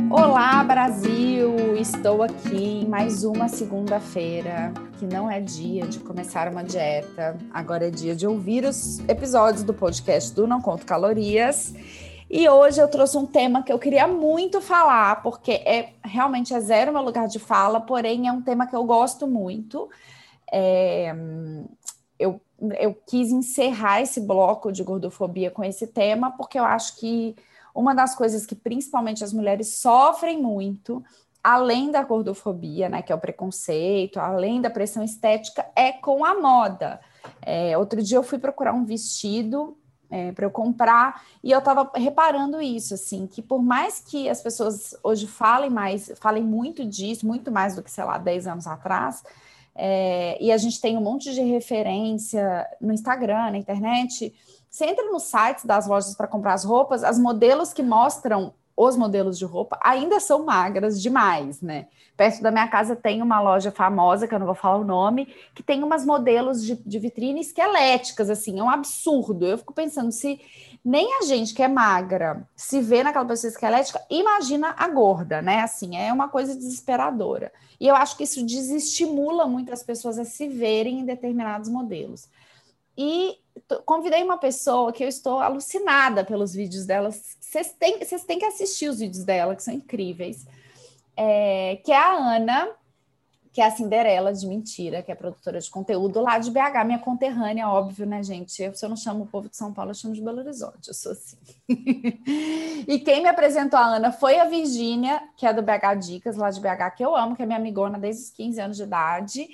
Olá, Brasil! Estou aqui em mais uma segunda-feira, que não é dia de começar uma dieta, agora é dia de ouvir os episódios do podcast do Não Conto Calorias. E hoje eu trouxe um tema que eu queria muito falar, porque realmente é zero meu lugar de fala, porém é um tema que eu gosto muito. Eu quis encerrar esse bloco de gordofobia com esse tema, porque eu acho que uma das coisas que principalmente as mulheres sofrem muito, além da gordofobia, né, que é o preconceito, além da pressão estética, é com a moda. Outro dia eu fui procurar um vestido para eu comprar e eu estava reparando isso, assim, que por mais que as pessoas hoje falem muito disso, muito mais do que, sei lá, 10 anos atrás, e a gente tem um monte de referência no Instagram, na internet. Você entra nos sites das lojas para comprar as roupas, as modelos que mostram os modelos de roupa ainda são magras demais, né? Perto da minha casa tem uma loja famosa, que eu não vou falar o nome, que tem umas modelos de vitrine esqueléticas, assim, é um absurdo. Eu fico pensando, se nem a gente que é magra se vê naquela pessoa esquelética, imagina a gorda, né? Assim, é uma coisa desesperadora. E eu acho que isso desestimula muito as pessoas a se verem em determinados modelos. E convidei uma pessoa que eu estou alucinada pelos vídeos dela. Vocês têm que assistir os vídeos dela, que são incríveis. Que é a Ana, que é a Cinderela de Mentira, que é produtora de conteúdo lá de BH, minha conterrânea, óbvio, né, gente? Se eu não chamo o povo de São Paulo, eu chamo de Belo Horizonte, eu sou assim. E quem me apresentou a Ana foi a Virgínia, que é do BH Dicas, lá de BH, que eu amo, que é minha amigona desde os 15 anos de idade.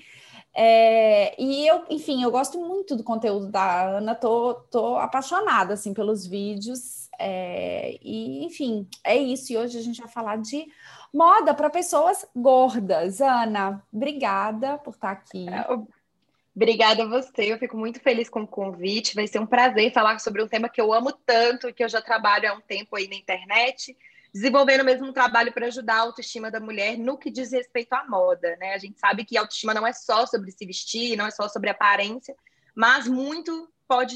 E eu, enfim, eu gosto muito do conteúdo da Ana, tô apaixonada, assim, pelos vídeos. E, enfim, é isso. E hoje a gente vai falar de moda para pessoas gordas. Ana, obrigada por estar aqui. Obrigada a você, eu fico muito feliz com o convite. Vai ser um prazer falar sobre um tema que eu amo tanto e que eu já trabalho há um tempo aí na internet, desenvolvendo mesmo um trabalho para ajudar a autoestima da mulher no que diz respeito à moda, né? A gente sabe que a autoestima não é só sobre se vestir, não é só sobre aparência, mas muito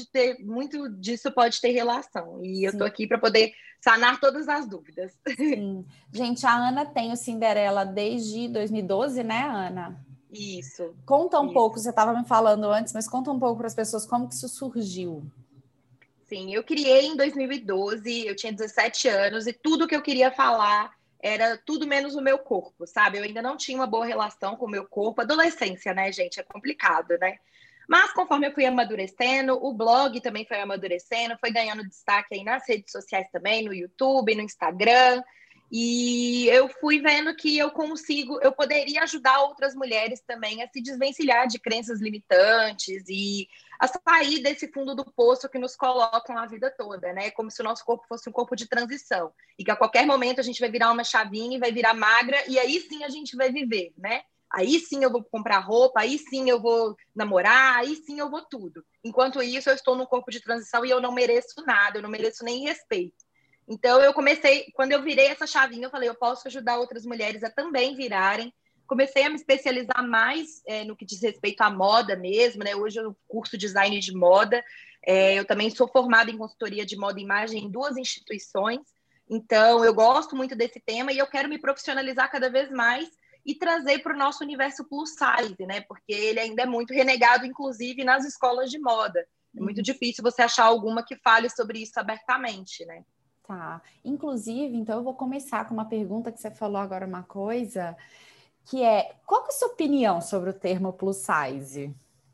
disso pode ter relação. E eu estou Sim, aqui para poder sanar todas as dúvidas. sim. Gente, a Ana tem o Cinderela desde 2012, né, Ana? Isso, Conta um pouco, isso. você estava me falando antes, mas conta um pouco para as pessoas como que isso surgiu. Sim, eu criei em 2012, eu tinha 17 anos e tudo que eu queria falar era tudo menos o meu corpo, sabe? Eu ainda não tinha uma boa relação com o meu corpo. Adolescência, né, gente? É complicado, né? Mas conforme eu fui amadurecendo, o blog também foi amadurecendo, foi ganhando destaque aí nas redes sociais também, no YouTube, no Instagram. E eu fui vendo que eu poderia ajudar outras mulheres também a se desvencilhar de crenças limitantes e a sair desse fundo do poço que nos colocam a vida toda, né? Como se o nosso corpo fosse um corpo de transição e que a qualquer momento a gente vai virar uma chavinha e vai virar magra e aí sim a gente vai viver, né? Aí sim eu vou comprar roupa, aí sim eu vou namorar, aí sim eu vou tudo. Enquanto isso, eu estou num corpo de transição e eu não mereço nada, eu não mereço nem respeito. Então, eu comecei, quando eu virei essa chavinha, eu falei, eu posso ajudar outras mulheres a também virarem. Comecei a me especializar mais no que diz respeito à moda mesmo, né? Hoje eu curso design de moda. Eu também sou formada em consultoria de moda e imagem em 2 instituições. Então, eu gosto muito desse tema e eu quero me profissionalizar cada vez mais e trazer para o nosso universo plus size, né? Porque ele ainda é muito renegado, inclusive nas escolas de moda. É muito difícil você achar alguma que fale sobre isso abertamente, né? Tá. Inclusive, então eu vou começar com uma pergunta que você falou agora, uma coisa, que é, qual que é a sua opinião sobre o termo plus size?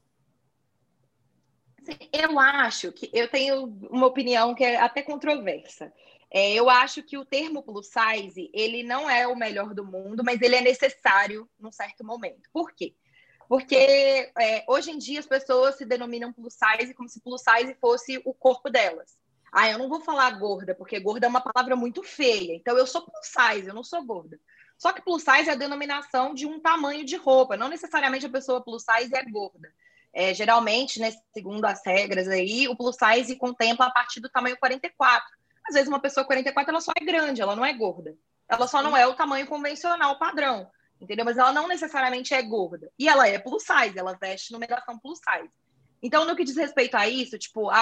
Assim, eu acho que eu tenho uma opinião que é até controversa. Eu acho que o termo plus size, ele não é o melhor do mundo, mas ele é necessário num certo momento. Por quê? Porque hoje em dia as pessoas se denominam plus size como se plus size fosse o corpo delas. Ah, eu não vou falar gorda, porque gorda é uma palavra muito feia. Então eu sou plus size, eu não sou gorda. Só que plus size é a denominação de um tamanho de roupa. Não necessariamente a pessoa plus size é gorda. Geralmente, né, segundo as regras aí, o plus size contempla a partir do tamanho 44. Às vezes uma pessoa 44 ela só é grande, ela não é gorda. Ela só não é o tamanho convencional padrão, entendeu? Mas ela não necessariamente é gorda. E ela é plus size, ela veste numeração plus size. Então, no que diz respeito a isso, tipo,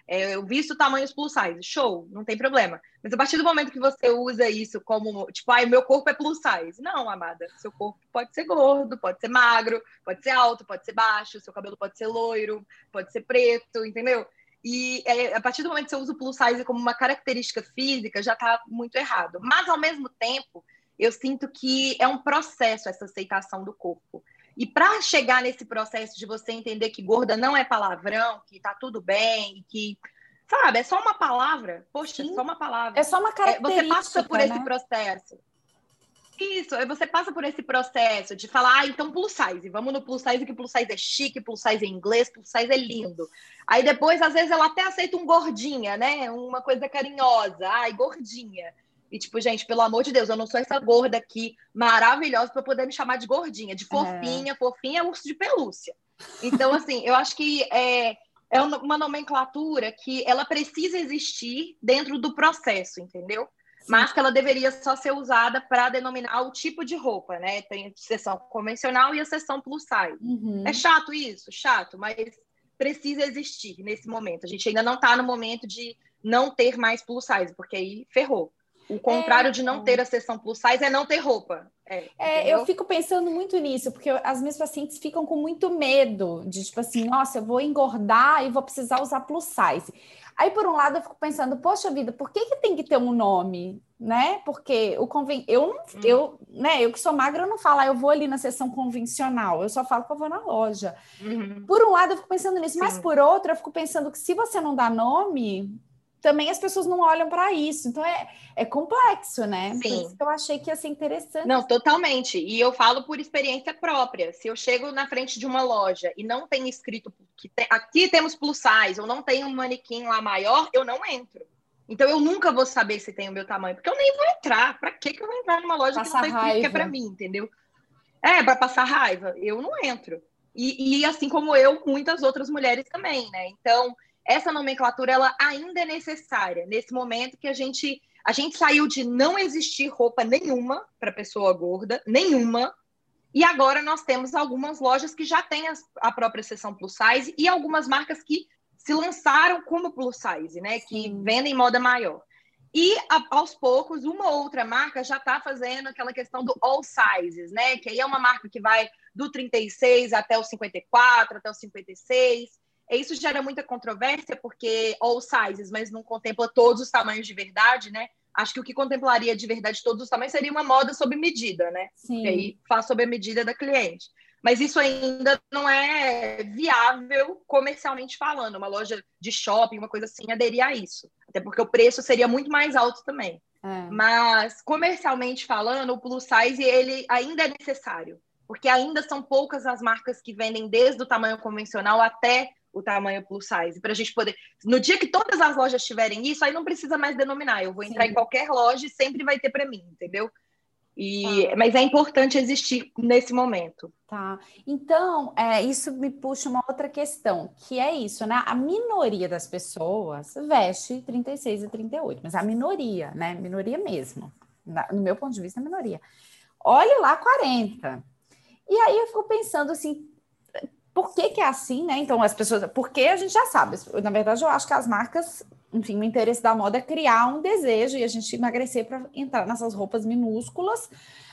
Eu visto tamanhos plus size, show, não tem problema. Mas a partir do momento que você usa isso como, tipo, ai, meu corpo é plus size. Não, amada, seu corpo pode ser gordo, pode ser magro, pode ser alto, pode ser baixo, seu cabelo pode ser loiro, pode ser preto, entendeu? E a partir do momento que você usa o plus size como uma característica física, já tá muito errado. Mas, ao mesmo tempo, eu sinto que é um processo essa aceitação do corpo. E para chegar nesse processo de você entender que gorda não é palavrão, que tá tudo bem, que, sabe, é só uma palavra. Poxa, Sim, é só uma palavra. é só uma característica, você passa por esse processo. Isso, você passa por esse processo de falar, então plus size, vamos no plus size, que plus size é chique, plus size é inglês, plus size é lindo. Aí depois, às vezes, ela até aceita um gordinha, né? Uma coisa carinhosa, ai, gordinha. E tipo, gente, pelo amor de Deus, eu não sou essa gorda aqui maravilhosa para poder me chamar de gordinha, de fofinha, fofinha é urso de pelúcia. Então, assim, eu acho que é uma nomenclatura que ela precisa existir dentro do processo, entendeu? Sim. Mas que ela deveria só ser usada para denominar o tipo de roupa, né? Tem a seção convencional e a seção plus size. Uhum. É chato isso? Chato, mas precisa existir nesse momento. A gente ainda não está no momento de não ter mais plus size, porque aí ferrou. O contrário de não ter a seção plus size é não ter roupa. Eu fico pensando muito nisso, porque as minhas pacientes ficam com muito medo de, tipo assim, nossa, eu vou engordar e vou precisar usar plus size. Aí, por um lado, eu fico pensando, poxa vida, por que tem que ter um nome, né? Porque eu que sou magra, eu não falo, eu vou ali na seção convencional, eu só falo que eu vou na loja. Uhum. Por um lado, eu fico pensando nisso, Sim. mas por outro, eu fico pensando que se você não dá nome, também as pessoas não olham para isso. Então, é complexo, né? Sim. Por isso que eu achei que ia ser interessante. Não, totalmente. E eu falo por experiência própria. Se eu chego na frente de uma loja e não tem escrito que aqui temos plus size, ou não tem um manequim lá maior, eu não entro. Então, eu nunca vou saber se tem o meu tamanho, porque eu nem vou entrar. Para que eu vou entrar numa loja que não está escrito que é para mim, entendeu? Para passar raiva. Eu não entro. E assim como eu, muitas outras mulheres também, né? Então, essa nomenclatura, ela ainda é necessária nesse momento que a gente saiu de não existir roupa nenhuma para pessoa gorda, nenhuma, e agora nós temos algumas lojas que já têm a própria seção plus size e algumas marcas que se lançaram como plus size, né? Que vendem moda maior. E, aos poucos, uma ou outra marca já está fazendo aquela questão do all sizes, né? Que aí é uma marca que vai do 36 até o 54, até o 56. Isso gera muita controvérsia, porque all sizes, mas não contempla todos os tamanhos de verdade, né? Acho que o que contemplaria de verdade todos os tamanhos seria uma moda sob medida, né? Sim. Que aí faz sob a medida da cliente. Mas isso ainda não é viável comercialmente falando. Uma loja de shopping, uma coisa assim, aderir a isso. Até porque o preço seria muito mais alto também. Mas, comercialmente falando, o plus size ele ainda é necessário. Porque ainda são poucas as marcas que vendem desde o tamanho convencional até o tamanho plus size. Para a gente poder... No dia que todas as lojas tiverem isso, aí não precisa mais denominar. Eu vou entrar em qualquer loja e sempre vai ter para mim, entendeu? Mas é importante existir nesse momento. Tá. Então, isso me puxa uma outra questão, que é isso, né? A minoria das pessoas veste 36 e 38, mas a minoria, né? Minoria mesmo. No meu ponto de vista, a minoria. Olhe lá 40. E aí eu fico pensando assim, por que é assim, né? Então, as pessoas... Porque a gente já sabe. Na verdade, eu acho que as marcas... Enfim, o interesse da moda é criar um desejo e a gente emagrecer para entrar nessas roupas minúsculas.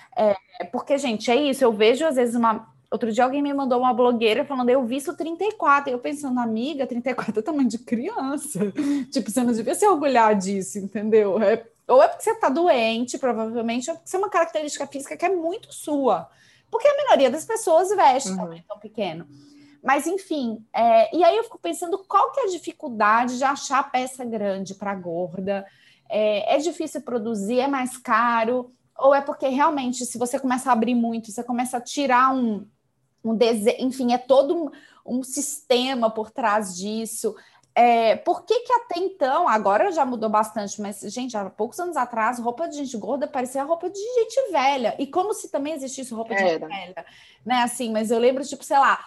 Porque, gente, é isso. Eu vejo, às vezes, Outro dia alguém me mandou uma blogueira falando, eu visto 34. E eu pensando, amiga, 34 é tamanho de criança. Tipo, você não devia se orgulhar disso, entendeu? Ou é porque você tá doente, provavelmente, ou porque você é uma característica física que é muito sua. Porque a maioria das pessoas veste tamanho tão pequeno. Mas, enfim, e aí eu fico pensando qual que é a dificuldade de achar peça grande para gorda? É difícil produzir, é mais caro? Ou é porque realmente, se você começa a abrir muito, você começa a tirar um desenho, enfim, é todo um sistema por trás disso. Por que até então, agora já mudou bastante, mas, gente, há poucos anos atrás, roupa de gente gorda parecia roupa de gente velha. E como se também existisse roupa de gente velha, né? Assim, mas eu lembro, tipo, sei lá,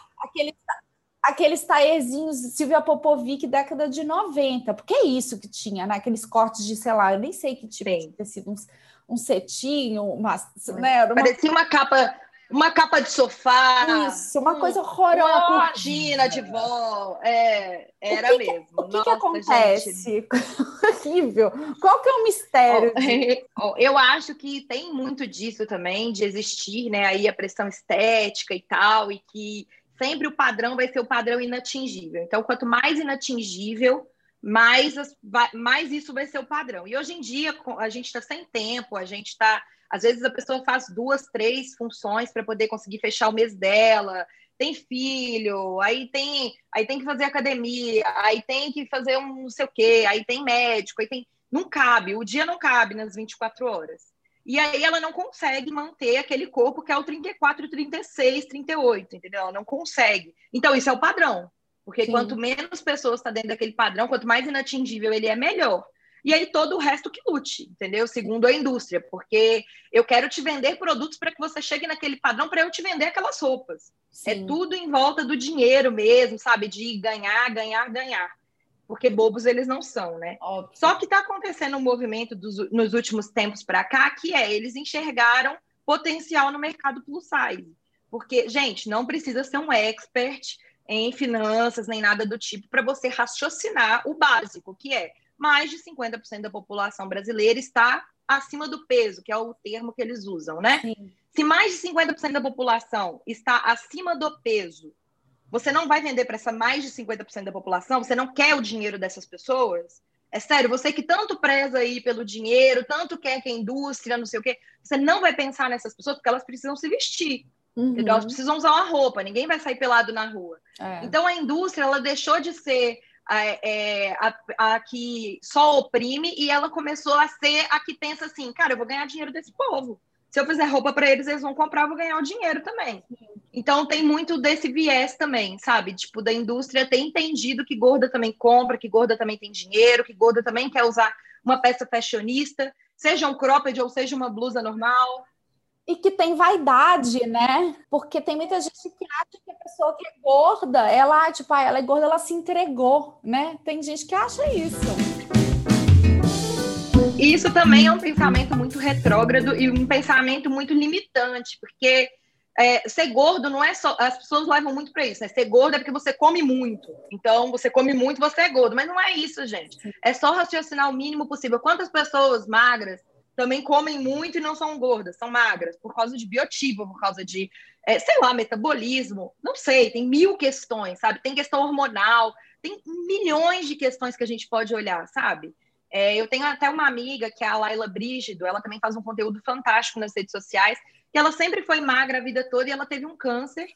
aqueles taezinhos Silvia Popovic, década de 90. Porque é isso que tinha, né? Aqueles cortes de, sei lá, eu nem sei que tipo de tecido, um cetim, né? Parecia uma capa... Uma capa de sofá. Isso, uma coisa horrorosa. Uma cortina de vó. Era mesmo. O que Nossa, acontece? gente. Horrível. Qual que é o mistério? Eu acho que tem muito disso também, de existir, né, aí a pressão estética e tal, e que sempre o padrão vai ser o padrão inatingível. Então, quanto mais inatingível, mais isso vai ser o padrão. E hoje em dia, a gente está sem tempo, a gente está... Às vezes a pessoa faz 2, 3 funções para poder conseguir fechar o mês dela, tem filho, aí tem que fazer academia, aí tem que fazer um não sei o quê, aí tem médico, aí tem... Não cabe, o dia não cabe nas 24 horas. E aí ela não consegue manter aquele corpo que é o 34, 36, 38, entendeu? Ela não consegue. Então, isso é o padrão. Porque Sim. Quanto menos pessoas está dentro daquele padrão, quanto mais inatingível ele é, melhor. E aí todo o resto que lute, entendeu? Segundo a indústria, porque eu quero te vender produtos para que você chegue naquele padrão para eu te vender aquelas roupas. Sim. É tudo em volta do dinheiro mesmo, sabe? De ganhar, ganhar, ganhar. Porque bobos eles não são, né? Óbvio. Só que está acontecendo um movimento nos últimos tempos para cá, que eles enxergaram potencial no mercado plus size. Porque, gente, não precisa ser um expert em finanças, nem nada do tipo, para você raciocinar o básico, que é mais de 50% da população brasileira está acima do peso, que é o termo que eles usam, né? Sim. Se mais de 50% da população está acima do peso, você não vai vender para essa mais de 50% da população? Você não quer o dinheiro dessas pessoas? É sério, você que tanto preza aí pelo dinheiro, tanto quer que a indústria, não sei o quê, você não vai pensar nessas pessoas porque elas precisam se vestir. Entendeu? Elas precisam usar uma roupa, ninguém vai sair pelado na rua. Então, a indústria, ela deixou de ser a que só oprime e ela começou a ser a que pensa assim, cara, eu vou ganhar dinheiro desse povo. Se eu fizer roupa para eles, eles vão comprar, eu vou ganhar o dinheiro também. Então, tem muito desse viés também, sabe? Tipo, da indústria ter entendido que gorda também compra, que gorda também tem dinheiro, que gorda também quer usar uma peça fashionista, seja um cropped ou seja uma blusa normal. E que tem vaidade, né? Porque tem muita gente que acha que a pessoa que é gorda, ela, tipo, ela é gorda, ela se entregou, né? Tem gente que acha isso. Isso também é um pensamento muito retrógrado e um pensamento muito limitante, porque ser gordo não é só... As pessoas levam muito para isso, né? Ser gordo é porque você come muito. Então, você come muito, você é gordo. Mas não é isso, gente. É só raciocinar o mínimo possível. Quantas pessoas magras também comem muito e não são gordas, são magras, por causa de biotipo, por causa de, sei lá, metabolismo, não sei, tem 1000 questões, sabe? Tem questão hormonal, tem milhões de questões que a gente pode olhar, sabe? Eu tenho até uma amiga, que é a Laila Brígido, ela também faz um conteúdo fantástico nas redes sociais, que ela sempre foi magra a vida toda e ela teve um câncer,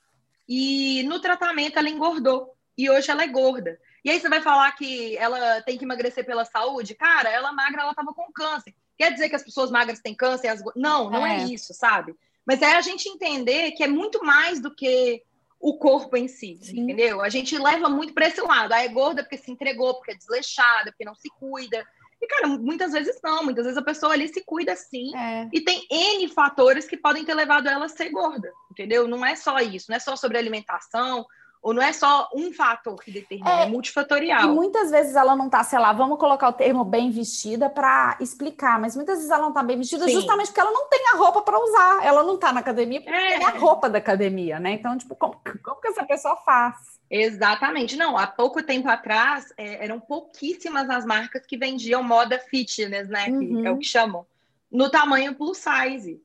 e no tratamento ela engordou, e hoje ela é gorda. E aí você vai falar que ela tem que emagrecer pela saúde? Cara, ela magra, ela estava com câncer. Quer dizer que as pessoas magras têm câncer? Não é isso, sabe? Mas é a gente entender que é muito mais do que o corpo em si, Sim. entendeu? A gente leva muito para esse lado. É gorda porque se entregou, porque é desleixada, porque não se cuida. E, cara, muitas vezes não. Muitas vezes a pessoa ali se cuida sim. E tem N fatores que podem ter levado ela a ser gorda, entendeu? Não é só isso. Não é só sobre alimentação, ou não é só um fator que determina, é multifatorial. E muitas vezes ela não tá, sei lá, vamos colocar o termo bem vestida para explicar, mas muitas vezes ela não tá bem vestida Sim. justamente porque ela não tem a roupa para usar. Ela não tá na academia porque tem a roupa da academia, né? Então, tipo, como que essa pessoa faz? Exatamente. Não, há pouco tempo atrás, eram pouquíssimas as marcas que vendiam moda fitness, né? Que é o que chamam. No tamanho plus size.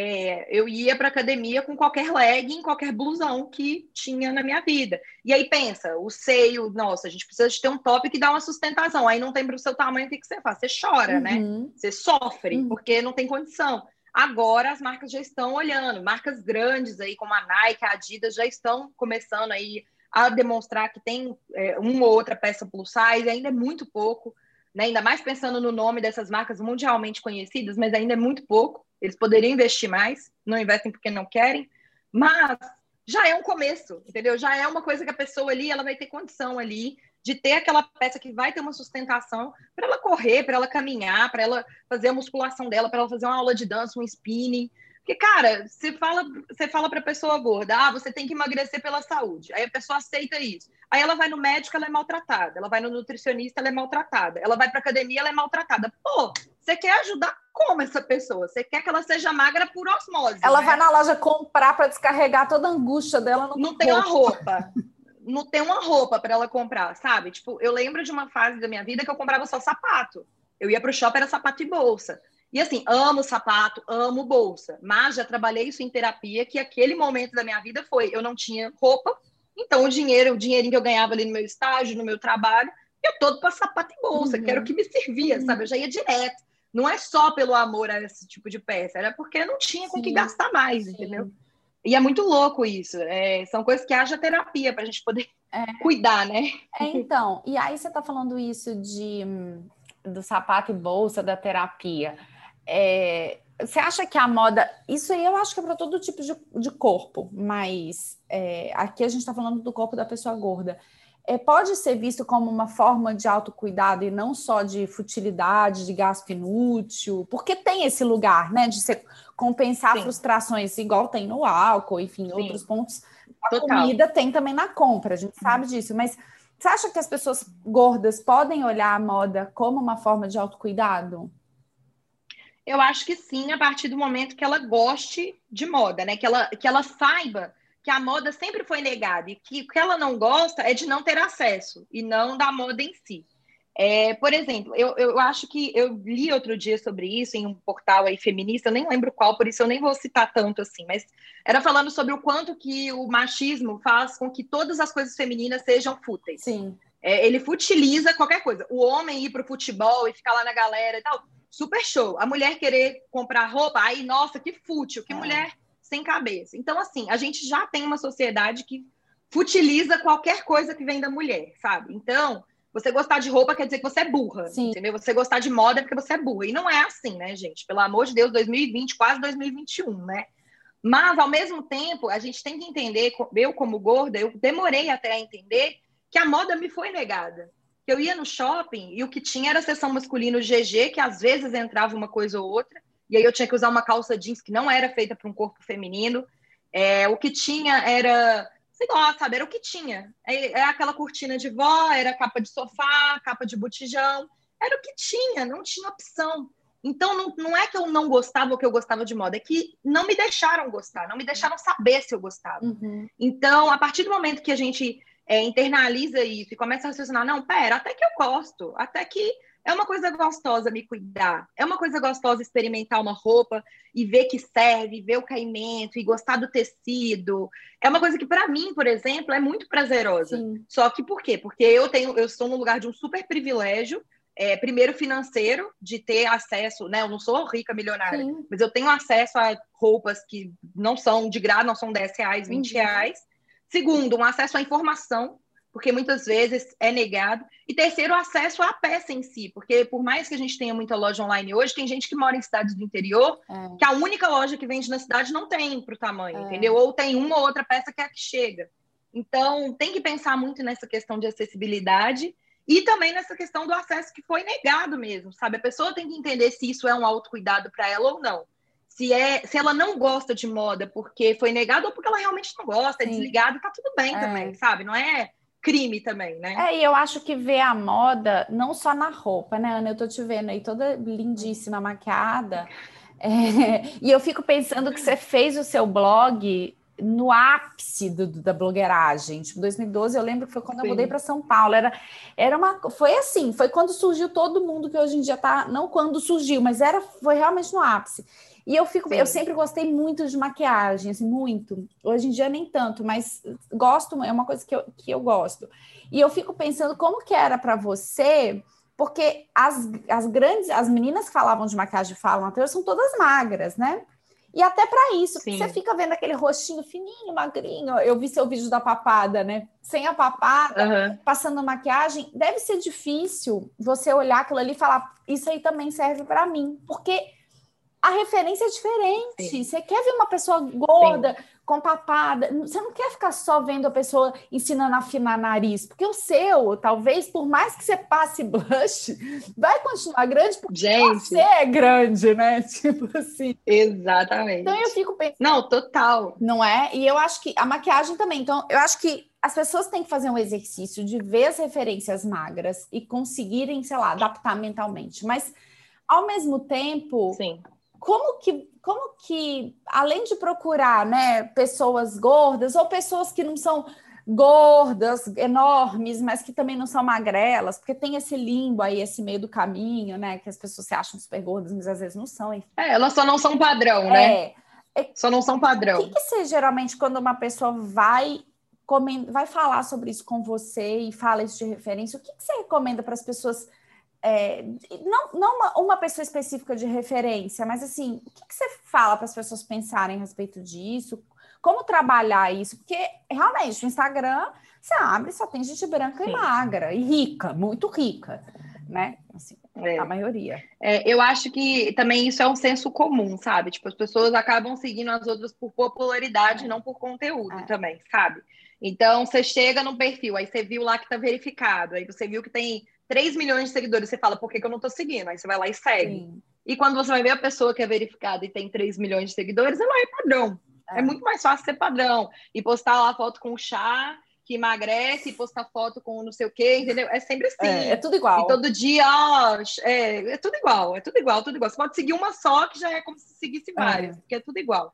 Eu ia para academia com qualquer legging, qualquer blusão que tinha na minha vida. E aí pensa, o seio, nossa, a gente precisa de ter um top que dá uma sustentação. Aí não tem para o seu tamanho, o que você faz? Você chora, né? Você sofre, porque não tem condição. Agora as marcas já estão olhando, marcas grandes aí, como a Nike, a Adidas, já estão começando aí a demonstrar que tem uma ou outra peça plus size, ainda é muito pouco, né? Ainda mais pensando no nome dessas marcas mundialmente conhecidas, mas ainda é muito pouco. Eles poderiam investir mais, não investem porque não querem, mas já é um começo, entendeu? Já é uma coisa que a pessoa ali, ela vai ter condição ali de ter aquela peça que vai ter uma sustentação para ela correr, para ela caminhar, para ela fazer a musculação dela, para ela fazer uma aula de dança, um spinning. Porque, cara, você fala para a pessoa gorda, você tem que emagrecer pela saúde. Aí a pessoa aceita isso. Aí ela vai no médico, ela é maltratada. Ela vai no nutricionista, ela é maltratada. Ela vai para academia, ela é maltratada. Pô, você quer ajudar como essa pessoa? Você quer que ela seja magra por osmose, Ela né? vai na loja comprar para descarregar toda a angústia dela no Não tem uma roupa. Não tem uma roupa para ela comprar, sabe? Tipo, eu lembro de uma fase da minha vida que eu comprava só sapato. Eu ia pro shopping, era sapato e bolsa. E assim, amo sapato, amo bolsa. Mas já trabalhei isso em terapia, que aquele momento da minha vida foi, eu não tinha roupa, então o dinheirinho que eu ganhava ali no meu estágio, no meu trabalho, ia todo para sapato e bolsa, que era o que me servia, sabe? Eu já ia direto. Não é só pelo amor a esse tipo de peça, era porque eu não tinha com que gastar mais, entendeu? E é muito louco isso. São coisas que haja terapia para a gente poder cuidar, né? Então, e aí você está falando isso do sapato e bolsa, da terapia. Você acha que a moda... Isso aí eu acho que é para todo tipo de corpo, mas aqui a gente está falando do corpo da pessoa gorda. Pode ser visto como uma forma de autocuidado e não só de futilidade, de gasto inútil, porque tem esse lugar, né, de você compensar frustrações, igual tem no álcool, enfim, outros pontos. A comida tem também na compra, a gente sabe disso, mas você acha que as pessoas gordas podem olhar a moda como uma forma de autocuidado? Eu acho que sim, a partir do momento que ela goste de moda, né? Que ela saiba que a moda sempre foi negada e que o que ela não gosta é de não ter acesso e não da moda em si. Por exemplo, eu acho que eu li outro dia sobre isso em um portal aí feminista, eu nem lembro qual, por isso eu nem vou citar tanto assim, mas era falando sobre o quanto que o machismo faz com que todas as coisas femininas sejam fúteis. Sim. Ele futiliza qualquer coisa. O homem ir pro futebol e ficar lá na galera e tal, super show. A mulher querer comprar roupa, aí, nossa, que fútil, que mulher sem cabeça. Então, assim, a gente já tem uma sociedade que futiliza qualquer coisa que vem da mulher, sabe? Então, você gostar de roupa quer dizer que você é burra, entendeu? Você gostar de moda é porque você é burra. E não é assim, né, gente? Pelo amor de Deus, 2020, quase 2021, né? Mas, ao mesmo tempo, a gente tem que entender, eu como gorda, eu demorei até a entender que a moda me foi negada. Eu ia no shopping e o que tinha era a seção masculino GG, que às vezes entrava uma coisa ou outra, e aí eu tinha que usar uma calça jeans que não era feita para um corpo feminino. O que tinha era, sei lá, sabe, era o que tinha. É aquela cortina de vó, era capa de sofá, capa de botijão, era o que tinha, não tinha opção. Então, não é que eu não gostava ou que eu gostava de moda, é que não me deixaram gostar, não me deixaram saber se eu gostava. Então, a partir do momento que a gente internaliza isso e começa a raciocinar, não, pera, até que eu gosto, até que é uma coisa gostosa me cuidar, é uma coisa gostosa experimentar uma roupa e ver que serve, ver o caimento e gostar do tecido. É uma coisa que, para mim, por exemplo, é muito prazerosa. Sim. Só que por quê? Porque eu estou no lugar de um super privilégio, primeiro financeiro, de ter acesso, né? Eu não sou rica milionária, sim, mas eu tenho acesso a roupas que não são de graça, não são R$10, R$20. Segundo, um acesso à informação, porque muitas vezes é negado. E terceiro, o acesso à peça em si, porque por mais que a gente tenha muita loja online hoje, tem gente que mora em cidades do interior, que a única loja que vende na cidade não tem para o tamanho, entendeu? Ou tem uma ou outra peça que é a que chega. Então, tem que pensar muito nessa questão de acessibilidade e também nessa questão do acesso que foi negado mesmo, sabe? A pessoa tem que entender se isso é um autocuidado para ela ou não. Se ela não gosta de moda porque foi negado ou porque ela realmente não gosta, sim, é desligado, tá tudo bem também, sabe? Não é crime também, né? E eu acho que ver a moda, não só na roupa, né, Ana? Eu tô te vendo aí toda lindíssima, maquiada. E eu fico pensando que você fez o seu blog no ápice da blogueiragem. Tipo, 2012, eu lembro que foi quando, sim, eu mudei para São Paulo. Foi assim, foi quando surgiu todo mundo que hoje em dia tá, não quando surgiu, mas foi realmente no ápice. E eu sempre gostei muito de maquiagem, assim, muito. Hoje em dia nem tanto, mas gosto, é uma coisa que eu gosto. E eu fico pensando como que era para você, porque as meninas que falavam de maquiagem falam até hoje são todas magras, né? E até para isso, sim, você fica vendo aquele rostinho fininho, magrinho. Eu vi seu vídeo da papada, né? Sem a papada, passando maquiagem. Deve ser difícil você olhar aquilo ali e falar, isso aí também serve para mim. Porque a referência é diferente. Sim. Você quer ver uma pessoa gorda, sim, com papada. Você não quer ficar só vendo a pessoa ensinando a afinar nariz. Porque o seu, talvez, por mais que você passe blush, vai continuar grande porque você é grande, né? Tipo assim. Exatamente. Então eu fico pensando... Não, total. Não é? E eu acho que a maquiagem também. Então, eu acho que as pessoas têm que fazer um exercício de ver as referências magras e conseguirem, sei lá, adaptar mentalmente. Mas... ao mesmo tempo, Sim. Como que, além de procurar, né, pessoas gordas ou pessoas que não são gordas, enormes, mas que também não são magrelas, porque tem esse limbo aí, esse meio do caminho, né, que as pessoas se acham super gordas, mas às vezes não são. Enfim. Elas só não são padrão, né? É, Só não são padrão. O que você, geralmente, quando uma pessoa vai falar sobre isso com você e fala isso de referência, o que você recomenda para as pessoas... não uma pessoa específica de referência, mas assim, o que você fala para as pessoas pensarem a respeito disso? Como trabalhar isso? Porque realmente no Instagram você abre, só tem gente branca e magra e rica, muito rica, né? Assim, a maioria. Eu acho que também isso é um senso comum, sabe? Tipo, as pessoas acabam seguindo as outras por popularidade, não por conteúdo também, sabe? Então, você chega no perfil, aí você viu lá que tá verificado, aí você viu que tem 3 milhões de seguidores, você fala, por que eu não tô seguindo? Aí você vai lá e segue. Sim. E quando você vai ver a pessoa que é verificada e tem 3 milhões de seguidores, ela é padrão. É muito mais fácil ser padrão. E postar lá foto com chá, que emagrece, e postar foto com não sei o quê, entendeu? É sempre assim. É tudo igual. E todo dia, é tudo igual, é tudo igual, tudo igual. Você pode seguir uma só, que já é como se seguisse várias, porque é tudo igual.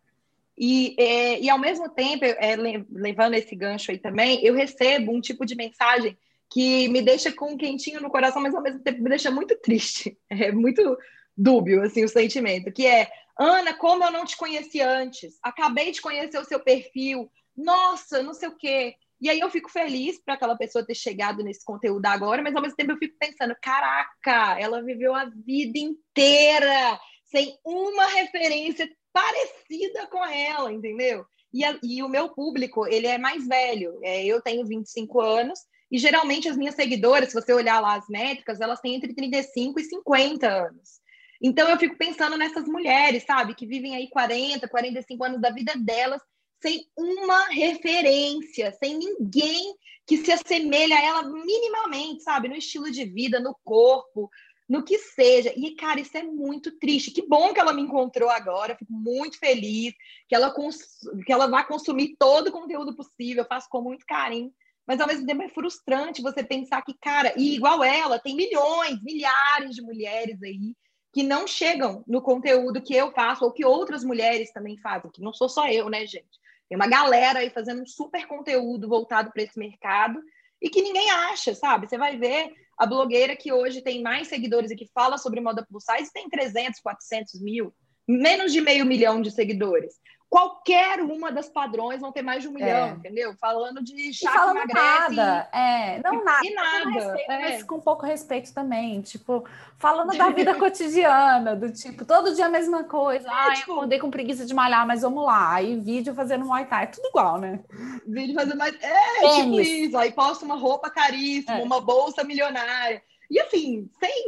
E ao mesmo tempo, levando esse gancho aí também, eu recebo um tipo de mensagem que me deixa com um quentinho no coração, mas ao mesmo tempo me deixa muito triste. É muito dúbio, assim, o sentimento, que é: Ana, como eu não te conheci antes? Acabei de conhecer o seu perfil. Nossa, não sei o quê. E aí eu fico feliz para aquela pessoa ter chegado nesse conteúdo agora, mas ao mesmo tempo eu fico pensando, caraca, ela viveu a vida inteira sem uma referência parecida com ela, entendeu? E o meu público, ele é mais velho. Eu tenho 25 anos e geralmente as minhas seguidoras, se você olhar lá as métricas, elas têm entre 35 e 50 anos. Então eu fico pensando nessas mulheres, sabe, que vivem aí 40, 45 anos da vida delas sem uma referência, sem ninguém que se assemelhe a ela minimamente, sabe, no estilo de vida, no corpo, no que seja. E, cara, isso é muito triste. Que bom que ela me encontrou agora, fico muito feliz que ela vai consumir todo o conteúdo possível, eu faço com muito carinho. Mas, ao mesmo tempo, é frustrante você pensar que, cara, e igual ela, tem milhões, milhares de mulheres aí que não chegam no conteúdo que eu faço ou que outras mulheres também fazem, que não sou só eu, né, gente? Tem uma galera aí fazendo um super conteúdo voltado para esse mercado e que ninguém acha, sabe? Você vai ver a blogueira que hoje tem mais seguidores e que fala sobre moda plus size tem 300, 400 mil, menos de 500 mil de seguidores. Qualquer uma das padrões vão ter mais de 1 milhão, entendeu? Falando de chá que emagrece. Nada, não nada. E nada. Respeito, mas com pouco respeito também. Tipo, falando da vida cotidiana, do tipo, todo dia a mesma coisa. Tipo, eu acordei com preguiça de malhar, mas vamos lá. Aí vídeo fazendo Muay Thai, é tudo igual, né? Vídeo fazendo mais... tipo isso. Aí posta uma roupa caríssima, uma bolsa milionária. E assim,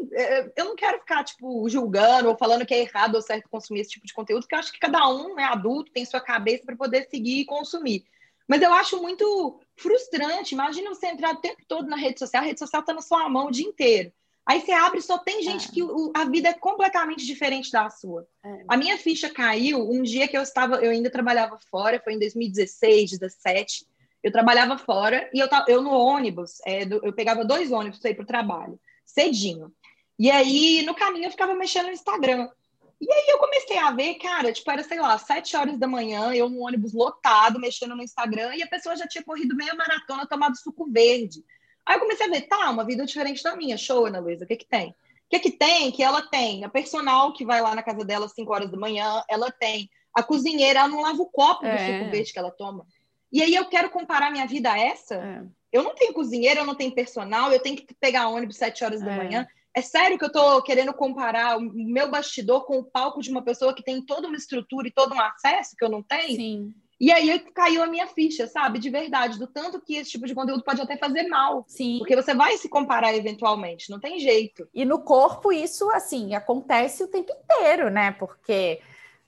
eu não quero ficar, tipo, julgando ou falando que é errado ou certo consumir esse tipo de conteúdo, porque eu acho que cada um é adulto, tem sua cabeça para poder seguir e consumir. Mas eu acho muito frustrante. Imagina você entrar o tempo todo na rede social, a rede social está na sua mão o dia inteiro. Aí você abre e só tem gente que a vida é completamente diferente da sua. A minha ficha caiu um dia que eu ainda trabalhava fora, foi em 2016, 2017. Eu trabalhava fora e eu no ônibus, eu pegava 2 ônibus para ir para o trabalho, cedinho. E aí, no caminho, eu ficava mexendo no Instagram. E aí eu comecei a ver, cara, tipo, era, sei lá, 7 horas da manhã, eu no ônibus lotado, mexendo no Instagram, e a pessoa já tinha corrido meia maratona, tomado suco verde. Aí eu comecei a ver, tá, uma vida diferente da minha. Show, Ana Luísa, o que que tem? O que que tem? Que ela tem a personal que vai lá na casa dela às 5 horas da manhã, ela tem a cozinheira, ela não lava o copo do suco verde que ela toma. E aí eu quero comparar minha vida a essa? Eu não tenho cozinheira, eu não tenho personal, eu tenho que pegar ônibus 7 horas da manhã. É sério que eu tô querendo comparar o meu bastidor com o palco de uma pessoa que tem toda uma estrutura e todo um acesso que eu não tenho? Sim. E aí caiu a minha ficha, sabe? De verdade, do tanto que esse tipo de conteúdo pode até fazer mal. Sim. Porque você vai se comparar eventualmente, não tem jeito. E no corpo isso, assim, acontece o tempo inteiro, né? Porque...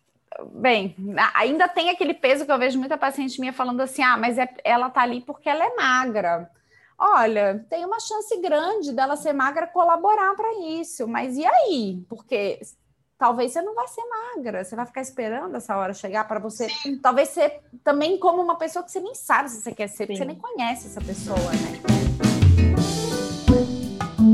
Bem, ainda tem aquele peso que eu vejo muita paciente minha falando assim, mas ela tá ali porque ela é magra. Olha, tem uma chance grande dela ser magra colaborar para isso, mas e aí? Porque talvez você não vai ser magra, você vai ficar esperando essa hora chegar para você. Sim. Talvez ser também como uma pessoa que você nem sabe se você quer ser, porque você nem conhece essa pessoa, né?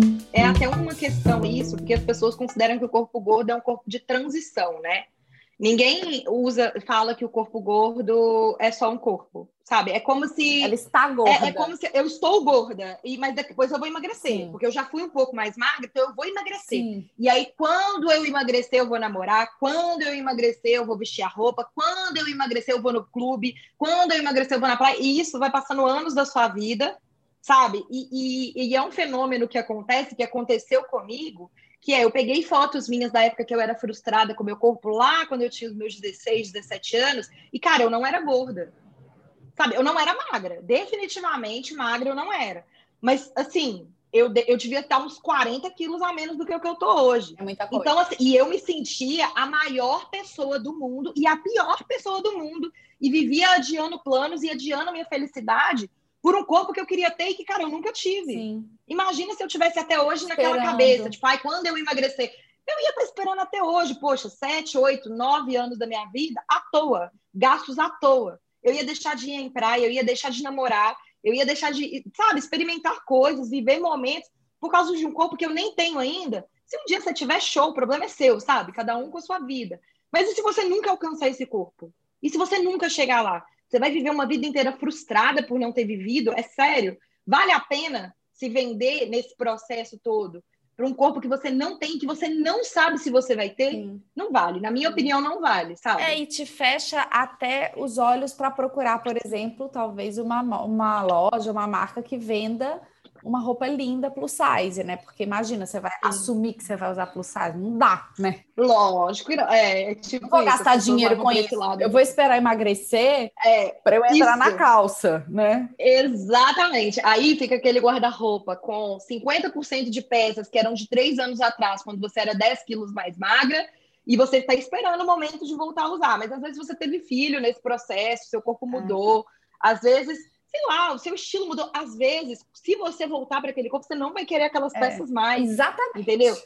é até uma questão isso, porque as pessoas consideram que o corpo gordo é um corpo de transição, né? Ninguém fala que o corpo gordo é só um corpo, sabe? É como se... Ela está gorda. É como se eu estou gorda, mas depois eu vou emagrecer. Sim. Porque eu já fui um pouco mais magra, então eu vou emagrecer. Sim. E aí, quando eu emagrecer, eu vou namorar. Quando eu emagrecer, eu vou vestir a roupa. Quando eu emagrecer, eu vou no clube. Quando eu emagrecer, eu vou na praia. E isso vai passando anos da sua vida, sabe? E é um fenômeno que aconteceu comigo, que eu peguei fotos minhas da época que eu era frustrada com o meu corpo lá, quando eu tinha os meus 16, 17 anos, e, cara, eu não era gorda, sabe? Eu não era magra, definitivamente magra eu não era. Mas, assim, eu devia estar uns 40 quilos a menos do que o que eu tô hoje. É muita coisa. Então, assim, e eu me sentia a maior pessoa do mundo e a pior pessoa do mundo, e vivia adiando planos e adiando a minha felicidade por um corpo que eu queria ter e que, cara, eu nunca tive. Sim. Imagina se eu tivesse até hoje naquela cabeça, tipo, quando eu emagrecer, eu ia estar esperando até hoje, poxa, 7, 8, 9 anos da minha vida à toa, gastos à toa. Eu ia deixar de ir em praia, eu ia deixar de namorar, eu ia deixar de, sabe, experimentar coisas, viver momentos, por causa de um corpo que eu nem tenho ainda. Se um dia você tiver show, o problema é seu, sabe? Cada um com a sua vida. Mas e se você nunca alcançar esse corpo? E se você nunca chegar lá? Você vai viver uma vida inteira frustrada por não ter vivido? É sério? Vale a pena se vender nesse processo todo para um corpo que você não tem, que você não sabe se você vai ter? Sim. Não vale. Na minha opinião, não vale, sabe? E te fecha até os olhos para procurar, por exemplo, talvez uma loja, uma marca que venda uma roupa linda plus size, né? Porque imagina, você vai assumir que você vai usar plus size, não dá, né? Lógico, tipo, não vou gastar dinheiro com isso. Eu vou esperar emagrecer para eu entrar na calça, né? Exatamente. Aí fica aquele guarda-roupa com 50% de peças que eram de 3 anos atrás, quando você era 10 quilos mais magra, e você está esperando o momento de voltar a usar. Mas às vezes você teve filho nesse processo, seu corpo mudou, às vezes... sei lá, o seu estilo mudou. Às vezes, se você voltar para aquele corpo, você não vai querer aquelas peças mais. Exatamente. Entendeu?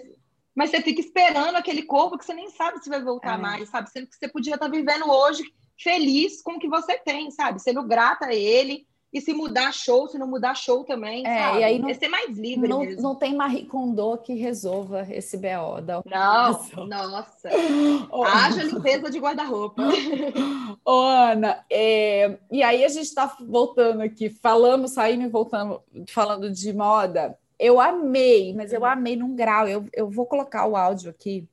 Mas você fica esperando aquele corpo que você nem sabe se vai voltar mais, sabe? Sendo que você podia estar vivendo hoje feliz com o que você tem, sabe? Sendo grata a ele. E se mudar, show. Se não mudar, show também, sabe? E aí não, é ser mais livre mesmo. Não tem Marie Kondo que resolva esse BO da Não, nossa. Haja limpeza de guarda-roupa. Ana, e aí a gente está voltando aqui, saindo e voltando, falando de moda. Eu amei, mas eu amei num grau. Eu vou colocar o áudio aqui.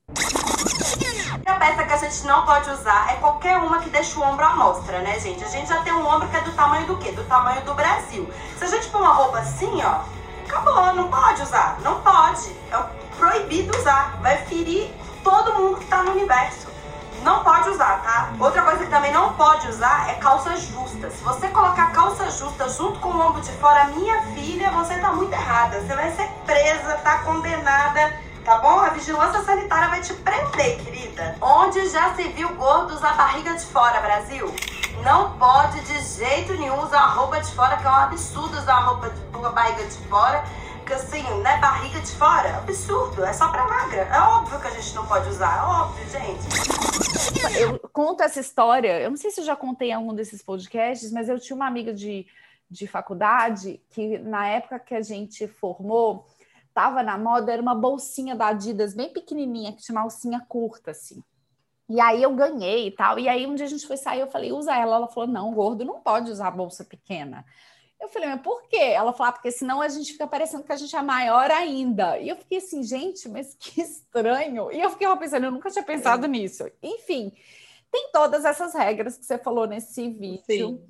A peça que a gente não pode usar é qualquer uma que deixa o ombro à mostra, né, gente? A gente já tem um ombro que é do tamanho do quê? Do tamanho do Brasil. Se a gente pôr uma roupa assim, ó, acabou, não pode usar. Não pode. É proibido usar. Vai ferir todo mundo que tá no universo. Não pode usar, tá? Outra coisa que também não pode usar é calça justa. Se você colocar calça justa junto com o ombro de fora, minha filha, você tá muito errada. Você vai ser presa, tá condenada. Tá bom? A vigilância sanitária vai te prender, querida. Onde já se viu gordo usar barriga de fora, Brasil? Não pode de jeito nenhum usar a roupa de fora, que é um absurdo usar a barriga de fora. Porque assim, né, barriga de fora, é absurdo, é só pra magra. É óbvio que a gente não pode usar, é óbvio, gente. Eu conto essa história, eu não sei se eu já contei em algum desses podcasts, mas eu tinha uma amiga de faculdade que na época que a gente formou, tava na moda, era uma bolsinha da Adidas, bem pequenininha, que tinha uma alcinha curta, assim. E aí eu ganhei e tal. E aí um dia a gente foi sair, eu falei, usa ela. Ela falou, não, gordo não pode usar bolsa pequena. Eu falei, mas por quê? Ela falou, porque senão a gente fica parecendo que a gente é maior ainda. E eu fiquei assim, gente, mas que estranho. E eu fiquei pensando, eu nunca tinha pensado nisso. Enfim, tem todas essas regras que você falou nesse vídeo. Sim.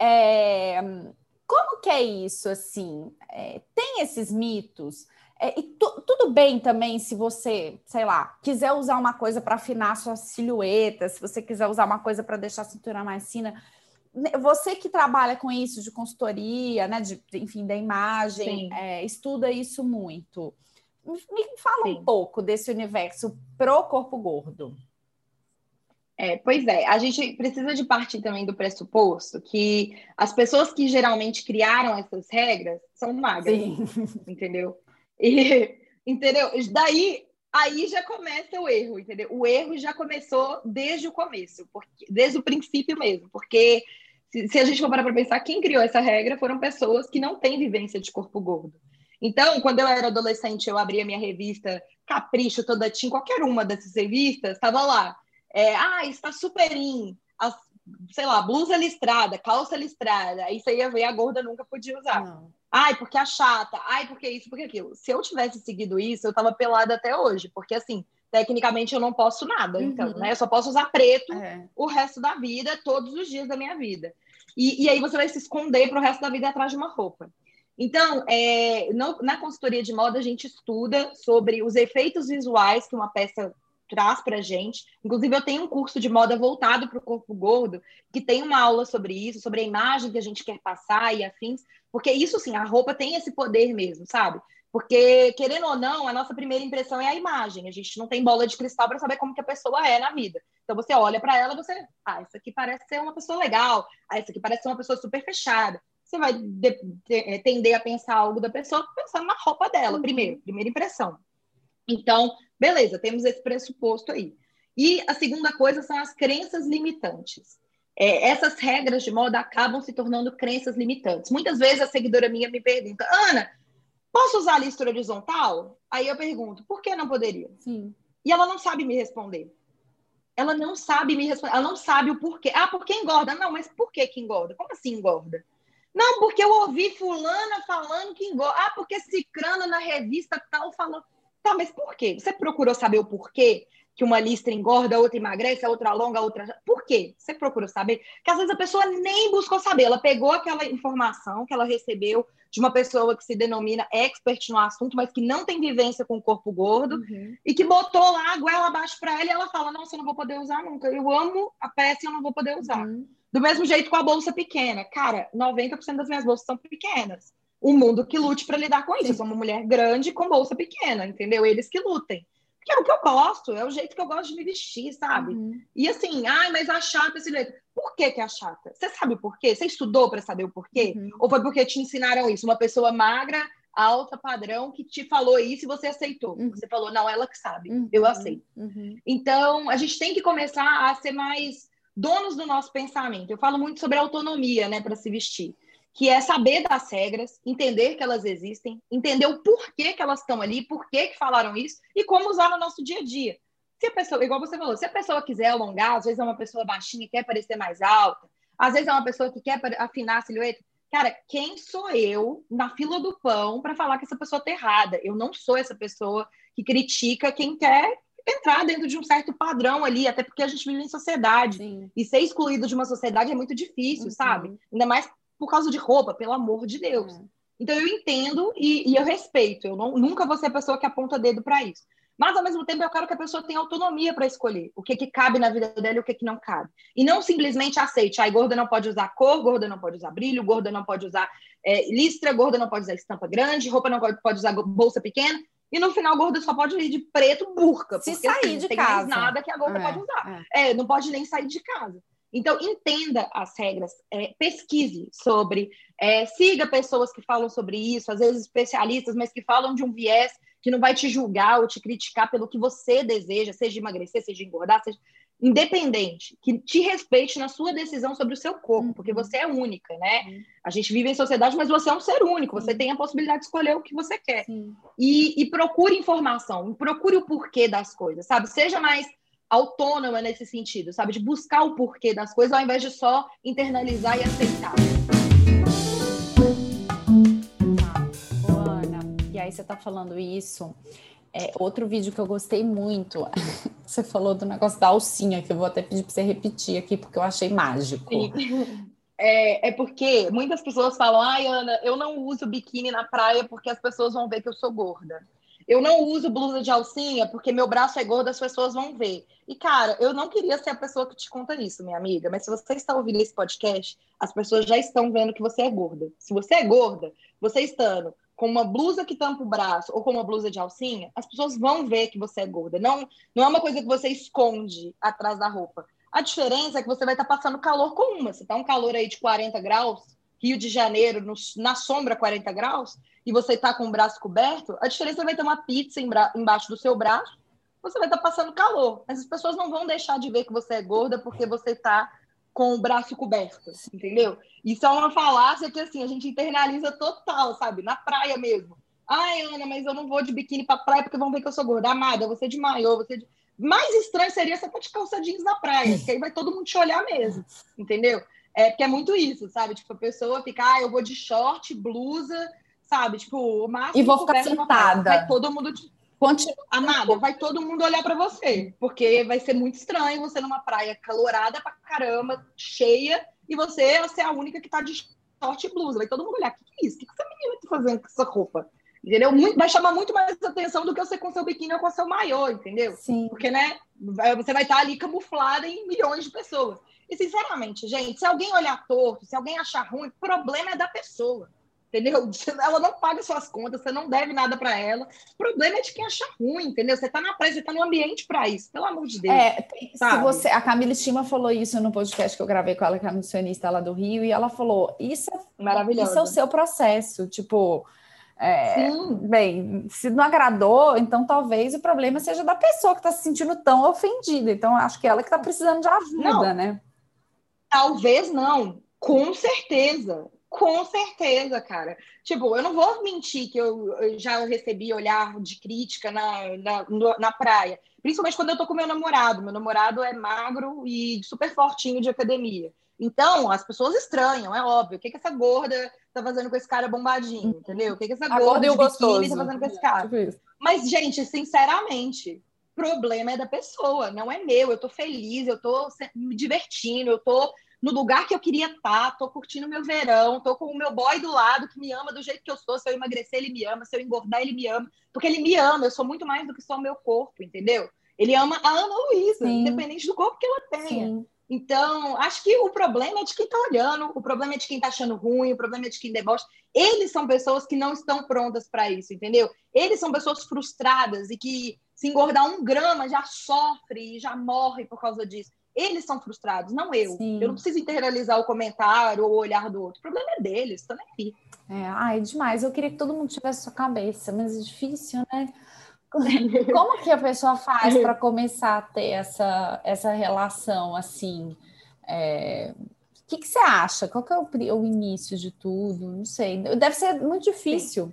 Como que é isso, assim? Tem esses mitos? E tudo bem também se você, sei lá, quiser usar uma coisa para afinar sua silhueta, se você quiser usar uma coisa para deixar a cintura mais fina. Você que trabalha com isso de consultoria, né, enfim, da imagem, estuda isso muito. Me fala um pouco desse universo pro corpo gordo. Pois é, a gente precisa de partir também do pressuposto que as pessoas que geralmente criaram essas regras são magras, entendeu? Entendeu? Aí já começa o erro, entendeu? O erro já começou desde o começo, desde o princípio mesmo, porque se a gente for parar para pensar, quem criou essa regra foram pessoas que não têm vivência de corpo gordo. Então, quando eu era adolescente, eu abria minha revista Capricho, Toda Teen, qualquer uma dessas revistas, estava lá. Está super in, sei lá, blusa listrada, calça listrada. Aí você ia ver, a gorda nunca podia usar. Não. Ai, porque a chata. Ai, porque isso, porque aquilo. Se eu tivesse seguido isso, eu tava pelada até hoje. Porque, assim, tecnicamente eu não posso nada. Então, né? Eu só posso usar preto o resto da vida, todos os dias da minha vida. E aí você vai se esconder pro resto da vida atrás de uma roupa. Então, na consultoria de moda, a gente estuda sobre os efeitos visuais que uma peça traz para a gente. Inclusive, eu tenho um curso de moda voltado para o corpo gordo, que tem uma aula sobre isso, sobre a imagem que a gente quer passar e afins, porque isso, sim, a roupa tem esse poder mesmo, sabe? Porque, querendo ou não, a nossa primeira impressão é a imagem. A gente não tem bola de cristal para saber como que a pessoa é na vida. Então, você olha para ela e você... essa aqui parece ser uma pessoa legal. Essa aqui parece ser uma pessoa super fechada. Você vai tender a pensar algo da pessoa pensando na roupa dela, primeira impressão. Então, beleza, temos esse pressuposto aí. E a segunda coisa são as crenças limitantes. Essas regras de moda acabam se tornando crenças limitantes. Muitas vezes a seguidora minha me pergunta, Ana, posso usar listra horizontal? Aí eu pergunto, por que não poderia? Sim. E ela não sabe me responder. Ela não sabe me responder, ela não sabe o porquê. Porque engorda. Não, mas por que engorda? Como assim engorda? Não, porque eu ouvi fulana falando que engorda. Porque cicrano na revista tal falou... Tá, mas por quê? Você procurou saber o porquê que uma listra engorda, a outra emagrece, a outra alonga, a outra... Por quê? Você procurou saber? Porque às vezes a pessoa nem buscou saber. Ela pegou aquela informação que ela recebeu de uma pessoa que se denomina expert no assunto, mas que não tem vivência com o corpo gordo, e que botou lá a goela abaixo para ela e ela fala, nossa, eu não vou poder usar nunca. Eu amo a peça e eu não vou poder usar. Do mesmo jeito com a bolsa pequena. Cara, 90% das minhas bolsas são pequenas. O mundo que lute para lidar com isso. Sim. Eu sou uma mulher grande com bolsa pequena, entendeu? Eles que lutem. Porque é o que eu gosto, é o jeito que eu gosto de me vestir, sabe? E assim, mas a chata esse jeito. Por que é chata? Você sabe o porquê? Você estudou para saber o porquê? Ou foi porque te ensinaram isso? Uma pessoa magra, alta, padrão, que te falou isso e você aceitou. Você falou, não, ela que sabe, eu aceito. Então, a gente tem que começar a ser mais donos do nosso pensamento. Eu falo muito sobre autonomia, né, para se vestir. Que é saber das regras, entender que elas existem, entender o porquê que elas estão ali, porquê que falaram isso e como usar no nosso dia a dia. Se a pessoa, igual você falou, se a pessoa quiser alongar, às vezes é uma pessoa baixinha e quer parecer mais alta, às vezes é uma pessoa que quer afinar a silhueta. Cara, quem sou eu na fila do pão para falar que essa pessoa tá errada? Eu não sou essa pessoa que critica quem quer entrar dentro de um certo padrão ali, até porque a gente vive em sociedade. Sim. E ser excluído de uma sociedade é muito difícil, sabe? Ainda mais por causa de roupa, pelo amor de Deus. Então, eu entendo e eu respeito. Eu nunca vou ser a pessoa que aponta dedo para isso. Mas, ao mesmo tempo, eu quero que a pessoa tenha autonomia para escolher o que cabe na vida dela e o que não cabe. E não simplesmente aceite. Gorda não pode usar cor, gorda não pode usar brilho, gorda não pode usar listra, gorda não pode usar estampa grande, roupa não pode usar bolsa pequena. E, no final, gorda só pode ir de preto burca. Se porque, sair assim, de não tem casa. mais nada que a gorda pode usar. Não pode nem sair de casa. Então, entenda as regras, pesquise sobre, siga pessoas que falam sobre isso, às vezes especialistas, mas que falam de um viés que não vai te julgar ou te criticar pelo que você deseja, seja emagrecer, seja engordar, seja independente, que te respeite na sua decisão sobre o seu corpo, porque você é única, né? A gente vive em sociedade, mas você é um ser único, você tem a possibilidade de escolher o que você quer. E procure informação, procure o porquê das coisas, sabe? Seja mais autônoma nesse sentido, sabe? De buscar o porquê das coisas, ao invés de só internalizar e aceitar. Ana, e aí você tá falando isso. Outro vídeo que eu gostei muito, você falou do negócio da alcinha, que eu vou até pedir para você repetir aqui, porque eu achei mágico. Sim. Porque muitas pessoas falam, Ana, eu não uso biquíni na praia porque as pessoas vão ver que eu sou gorda. Eu não uso blusa de alcinha porque meu braço é gordo, as pessoas vão ver. E, cara, eu não queria ser a pessoa que te conta isso, minha amiga, mas se você está ouvindo esse podcast, as pessoas já estão vendo que você é gorda. Se você é gorda, você estando com uma blusa que tampa o braço ou com uma blusa de alcinha, as pessoas vão ver que você é gorda. Não é uma coisa que você esconde atrás da roupa. A diferença é que você vai estar passando calor com uma. Você está um calor aí de 40 graus, Rio de Janeiro, na sombra 40 graus, e você está com o braço coberto, a diferença vai ter uma pizza embaixo do seu braço, você vai estar passando calor. Mas as pessoas não vão deixar de ver que você é gorda porque você está com o braço coberto, entendeu? Isso é uma falácia que, assim, a gente internaliza total, sabe? Na praia mesmo. Ai, Ana, mas eu não vou de biquíni pra praia porque vão ver que eu sou gorda. Amada, você de maiô, você de... Mais estranho seria você estar de calça jeans na praia, porque aí vai todo mundo te olhar mesmo, entendeu? Porque é muito isso, sabe? Tipo, a pessoa fica, eu vou de short, blusa, sabe? Tipo, o E máximo vou ficar coberto pra praia. Vai sentada. todo mundo... Continua. Amada, vai todo mundo olhar pra você, porque vai ser muito estranho você numa praia calorada pra caramba, cheia, e você ser a única que tá de short e blusa. Vai todo mundo olhar, o que é isso? O que essa menina tá fazendo com essa roupa? Entendeu? Vai chamar muito mais atenção do que você com seu biquíni ou com seu maiô, entendeu? Sim. Porque, né, você vai estar ali camuflada em milhões de pessoas. E, sinceramente, gente, se alguém olhar torto, se alguém achar ruim, o problema é da pessoa. Entendeu? Ela não paga suas contas, você não deve nada para ela. O problema é de quem acha ruim, entendeu? Você tá na praia, você tá no ambiente para isso, pelo amor de Deus. Se a Camila Estima falou isso no podcast que eu gravei com ela, que é a nutricionista lá do Rio, e ela falou: isso é o seu processo. Tipo, bem, se não agradou, então talvez o problema seja da pessoa que está se sentindo tão ofendida. Então, acho que ela que está precisando de ajuda, né? Talvez não, com certeza. Com certeza, cara. Tipo, eu não vou mentir que eu já recebi olhar de crítica na praia. Principalmente quando eu tô com meu namorado. Meu namorado é magro e super fortinho de academia. Então, as pessoas estranham, é óbvio. O que essa gorda tá fazendo com esse cara bombadinho, entendeu? O que essa gorda de biquíni tá fazendo com esse cara? Mas, gente, sinceramente, o problema é da pessoa, não é meu. Eu tô feliz, eu tô me divertindo, eu tô no lugar que eu queria estar, tô curtindo meu verão, tô com o meu boy do lado que me ama do jeito que eu sou. Se eu emagrecer, ele me ama. Se eu engordar, ele me ama. Porque ele me ama, eu sou muito mais do que só o meu corpo, entendeu? Ele ama a Ana Luísa, independente do corpo que ela tenha. Sim. Então, acho que o problema é de quem tá olhando, o problema é de quem tá achando ruim, o problema é de quem debocha. Eles são pessoas que não estão prontas para isso, entendeu? Eles são pessoas frustradas e que se engordar 1 grama já sofre e já morre por causa disso. Eles são frustrados, não eu. Sim. Eu não preciso internalizar o comentário ou o olhar do outro. O problema é deles, tô nem aqui. É demais. Eu queria que todo mundo tivesse sua cabeça, mas é difícil, né? Como que a pessoa faz para começar a ter essa relação, assim? O que você acha? Qual que é o início de tudo? Não sei. Deve ser muito difícil.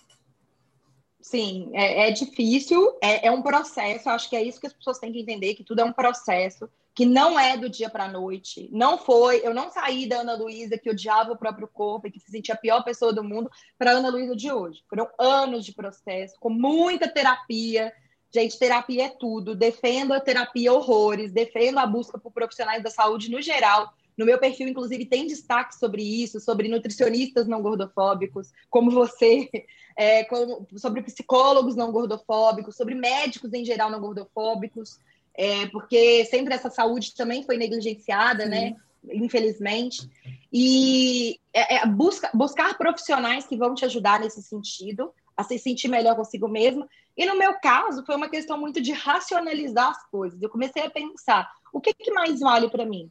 Sim, é difícil. É um processo. Acho que é isso que as pessoas têm que entender, que tudo é um processo, que não é do dia para a noite. Eu não saí da Ana Luísa que odiava o próprio corpo e que se sentia a pior pessoa do mundo para a Ana Luísa de hoje. Foram anos de processo, com muita terapia. Gente, terapia é tudo. Defendo a terapia horrores, defendo a busca por profissionais da saúde no geral. No meu perfil, inclusive, tem destaque sobre isso, sobre nutricionistas não gordofóbicos, como você, sobre psicólogos não gordofóbicos, sobre médicos em geral não gordofóbicos. Porque sempre essa saúde também foi negligenciada, né? Infelizmente. E buscar profissionais que vão te ajudar nesse sentido, a se sentir melhor consigo mesma. E no meu caso, foi uma questão muito de racionalizar as coisas. Eu comecei a pensar, o que mais vale para mim?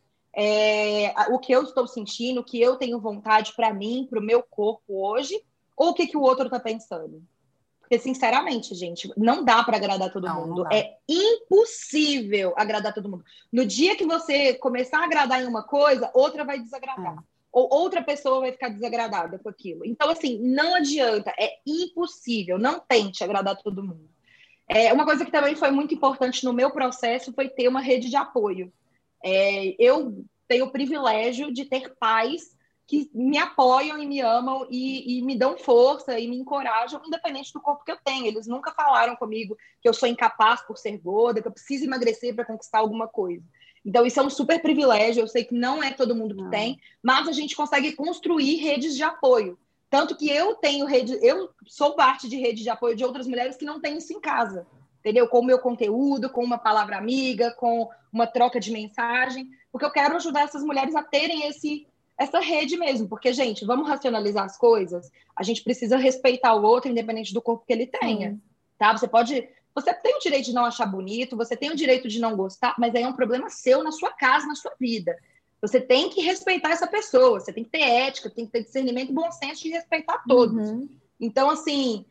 O que eu estou sentindo, o que eu tenho vontade para mim, para o meu corpo hoje, ou o que o outro está pensando? Porque, sinceramente, gente, não dá para agradar todo mundo. É impossível agradar todo mundo. No dia que você começar a agradar em uma coisa, outra vai desagradar. Ou outra pessoa vai ficar desagradada com aquilo. Então, assim, não adianta. É impossível. Não tente agradar todo mundo. Uma coisa que também foi muito importante no meu processo foi ter uma rede de apoio. Eu tenho o privilégio de ter pais que me apoiam e me amam e me dão força e me encorajam, independente do corpo que eu tenho. Eles nunca falaram comigo que eu sou incapaz por ser gorda, que eu preciso emagrecer para conquistar alguma coisa. Então, isso é um super privilégio. Eu sei que não é todo mundo que tem, mas a gente consegue construir redes de apoio. Tanto que eu sou parte de rede de apoio de outras mulheres que não têm isso em casa, entendeu? Com o meu conteúdo, com uma palavra amiga, com uma troca de mensagem, porque eu quero ajudar essas mulheres a terem essa rede mesmo, porque, gente, vamos racionalizar as coisas, a gente precisa respeitar o outro, independente do corpo que ele tenha, tá? Você tem o direito de não achar bonito, você tem o direito de não gostar, mas aí é um problema seu na sua casa, na sua vida. Você tem que respeitar essa pessoa, você tem que ter ética, tem que ter discernimento e bom senso de respeitar todos. Então, assim,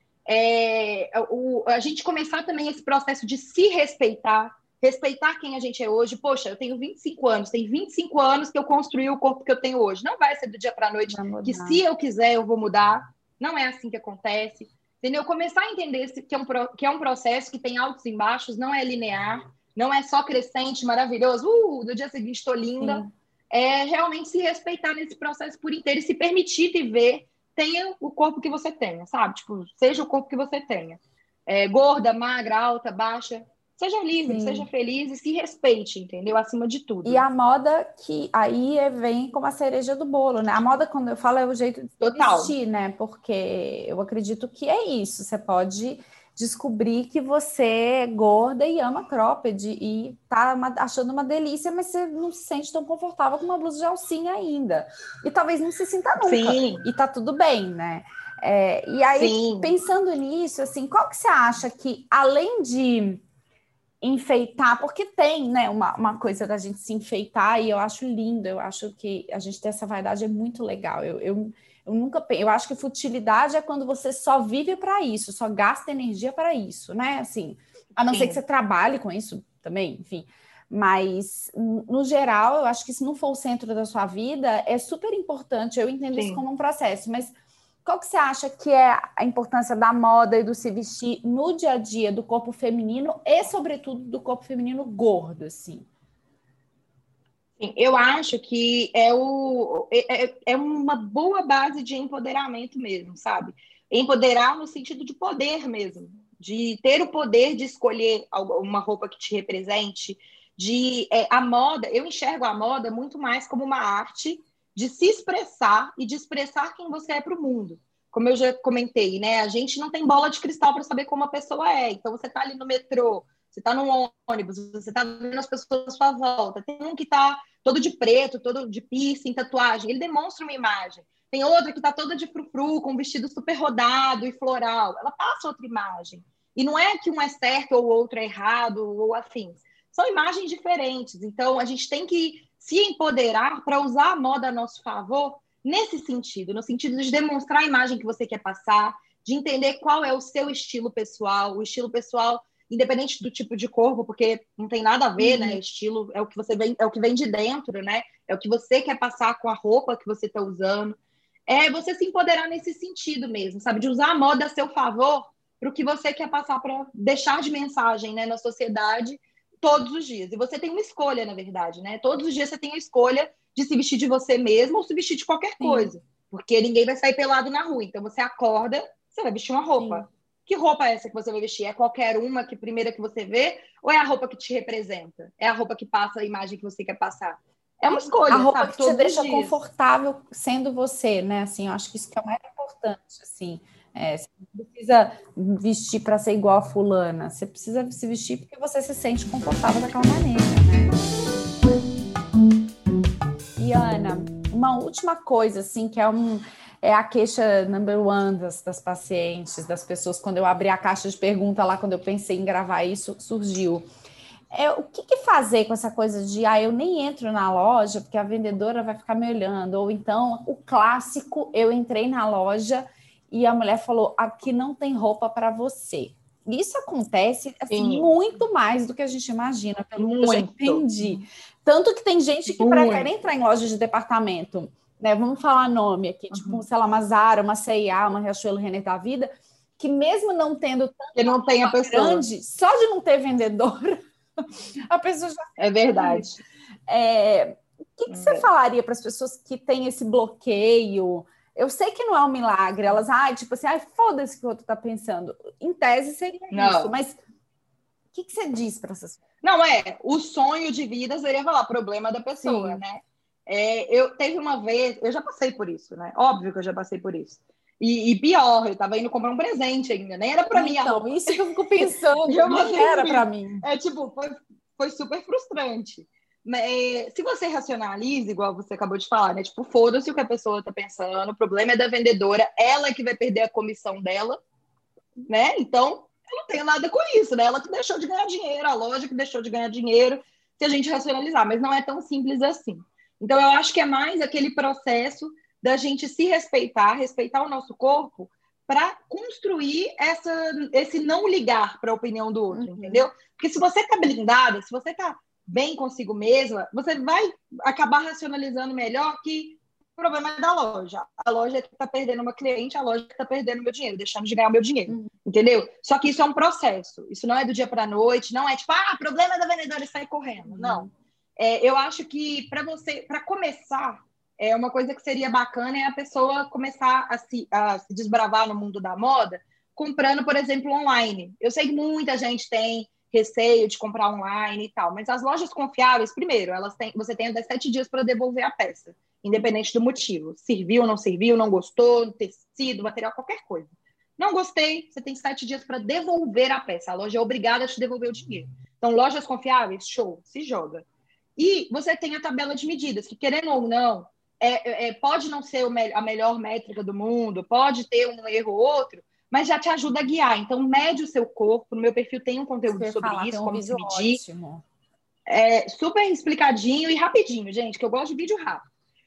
a gente começar também esse processo de se respeitar quem a gente é hoje. Poxa, eu tenho 25 anos, tem 25 anos que eu construí o corpo que eu tenho hoje. Não vai ser do dia para a noite que, se eu quiser, eu vou mudar. Não é assim que acontece. entendeu? Começar a entender que é um processo que tem altos e baixos, não é linear, não é só crescente, maravilhoso, no dia seguinte estou linda. Sim. É realmente se respeitar nesse processo por inteiro e se permitir viver, tenha o corpo que você tenha, sabe? Tipo, seja o corpo que você tenha. Gorda, magra, alta, baixa, seja livre, Sim. seja feliz e se respeite, entendeu? Acima de tudo. E a moda que aí vem como a cereja do bolo, né? A moda, quando eu falo, é o jeito de se Total. vestir, né? Porque eu acredito que é isso. Você pode descobrir que você é gorda e ama cropped e tá achando uma delícia, mas você não se sente tão confortável com uma blusa de alcinha ainda. E talvez não se sinta nunca. Sim. E tá tudo bem, né? E aí, Sim. pensando nisso, assim, qual que você acha que, além de enfeitar, porque tem, né, uma coisa da gente se enfeitar e eu acho lindo, eu acho que a gente ter essa vaidade é muito legal. Eu nunca, eu acho que futilidade é quando você só vive para isso, só gasta energia para isso, né? Assim, a não ser que você trabalhe com isso também, enfim. Mas, no geral, eu acho que se não for o centro da sua vida, é super importante. Eu entendo isso como um processo, mas qual que você acha que é a importância da moda e do se vestir no dia a dia do corpo feminino e, sobretudo, do corpo feminino gordo, assim? Sim, eu acho que é uma boa base de empoderamento mesmo, sabe? Empoderar no sentido de poder mesmo, de ter o poder de escolher uma roupa que te represente, a moda, eu enxergo a moda muito mais como uma arte de se expressar e de expressar quem você é para o mundo. Como eu já comentei, né? A gente não tem bola de cristal para saber como a pessoa é. Então, você está ali no metrô, você está no ônibus, você está vendo as pessoas à sua volta. Tem um que está todo de preto, todo de piercing, tatuagem. Ele demonstra uma imagem. Tem outra que está toda de frufru, com um vestido super rodado e floral. Ela passa outra imagem. E não é que um é certo ou o outro é errado ou afins. São imagens diferentes. Então, a gente tem que se empoderar para usar a moda a nosso favor nesse sentido, no sentido de demonstrar a imagem que você quer passar, de entender qual é o seu estilo pessoal, o estilo pessoal, independente do tipo de corpo, porque não tem nada a ver, né? Estilo é o que você vem, é o que vem de dentro, né? É o que você quer passar com a roupa que você está usando. É você se empoderar nesse sentido mesmo, sabe? De usar a moda a seu favor para o que você quer passar, para deixar de mensagem, né, na sociedade todos os dias. E você tem uma escolha, na verdade, né? Todos os dias você tem a escolha de se vestir de você mesmo ou se vestir de qualquer coisa. Porque ninguém vai sair pelado na rua. Então, você acorda, você vai vestir uma roupa. Sim. Que roupa é essa que você vai vestir? É qualquer uma, que primeira que você vê? Ou é a roupa que te representa? É a roupa que passa a imagem que você quer passar? É uma escolha, a roupa, sabe? Que te deixa confortável sendo você, né? Assim, eu acho que isso que é o mais importante, assim. Você não precisa vestir para ser igual a fulana. Você precisa se vestir porque você se sente confortável daquela maneira, né? E, Ana, uma última coisa, assim, que é a queixa number one das pacientes, das pessoas. Quando eu abri a caixa de pergunta lá, quando eu pensei em gravar isso, surgiu. O que fazer com essa coisa de eu nem entro na loja porque a vendedora vai ficar me olhando, ou então o clássico, eu entrei na loja e a mulher falou, aqui não tem roupa para você. Isso acontece assim, muito mais do que a gente imagina, pelo que eu já entendi. Tanto que tem gente que prefere entrar em loja de departamento, né? Vamos falar nome aqui, tipo, sei lá, uma Zara, uma C&A, uma Riachuelo Renner da vida, que mesmo não tendo tanta roupa grande, só de não ter vendedora, a pessoa já... É verdade. O que você falaria para as pessoas que têm esse bloqueio? Eu sei que não é um milagre, elas, tipo assim, foda-se o que o outro está pensando. Em tese seria isso, mas o que você diz para essas pessoas? Não, o sonho de vida seria falar, problema da pessoa, Sim. né? Eu teve uma vez, eu já passei por isso, né? Óbvio que eu já passei por isso. E pior, eu tava indo comprar um presente ainda, nem era para mim a roupa. Isso que eu fico pensando, não era para mim. Foi super frustrante. Se você racionaliza, igual você acabou de falar, né? Tipo, foda-se o que a pessoa tá pensando, o problema é da vendedora, ela que vai perder a comissão dela, né? Então, eu não tenho nada com isso, né? Ela que deixou de ganhar dinheiro, a loja que deixou de ganhar dinheiro, se a gente racionalizar, mas não é tão simples assim. Então, eu acho que é mais aquele processo da gente se respeitar o nosso corpo, para construir esse não ligar para a opinião do outro, entendeu? Porque se você tá blindada, se você tá bem consigo mesma, você vai acabar racionalizando melhor que O problema é da loja. A loja que está perdendo uma cliente, a loja que está perdendo meu dinheiro, deixando de ganhar meu dinheiro. Entendeu? Só que isso é um processo. Isso não é do dia para a noite, não é tipo, problema da vendedora e sai correndo. Não. Eu acho que para começar, uma coisa que seria bacana é a pessoa começar a se desbravar no mundo da moda, comprando, por exemplo, online. Eu sei que muita gente tem receio de comprar online e tal, mas as lojas confiáveis, primeiro, você tem até 7 dias para devolver a peça, independente do motivo. Serviu, não gostou, tecido, material, qualquer coisa. Não gostei, você tem 7 dias para devolver a peça. A loja é obrigada a te devolver o dinheiro. Então, lojas confiáveis, show, se joga. E você tem a tabela de medidas, que querendo ou não, pode não ser a melhor métrica do mundo, pode ter um erro ou outro, mas já te ajuda a guiar. Então, mede o seu corpo. No meu perfil tem um conteúdo sobre isso, como se medir. Ótimo. Super explicadinho e rapidinho, gente, que eu gosto de vídeo rápido.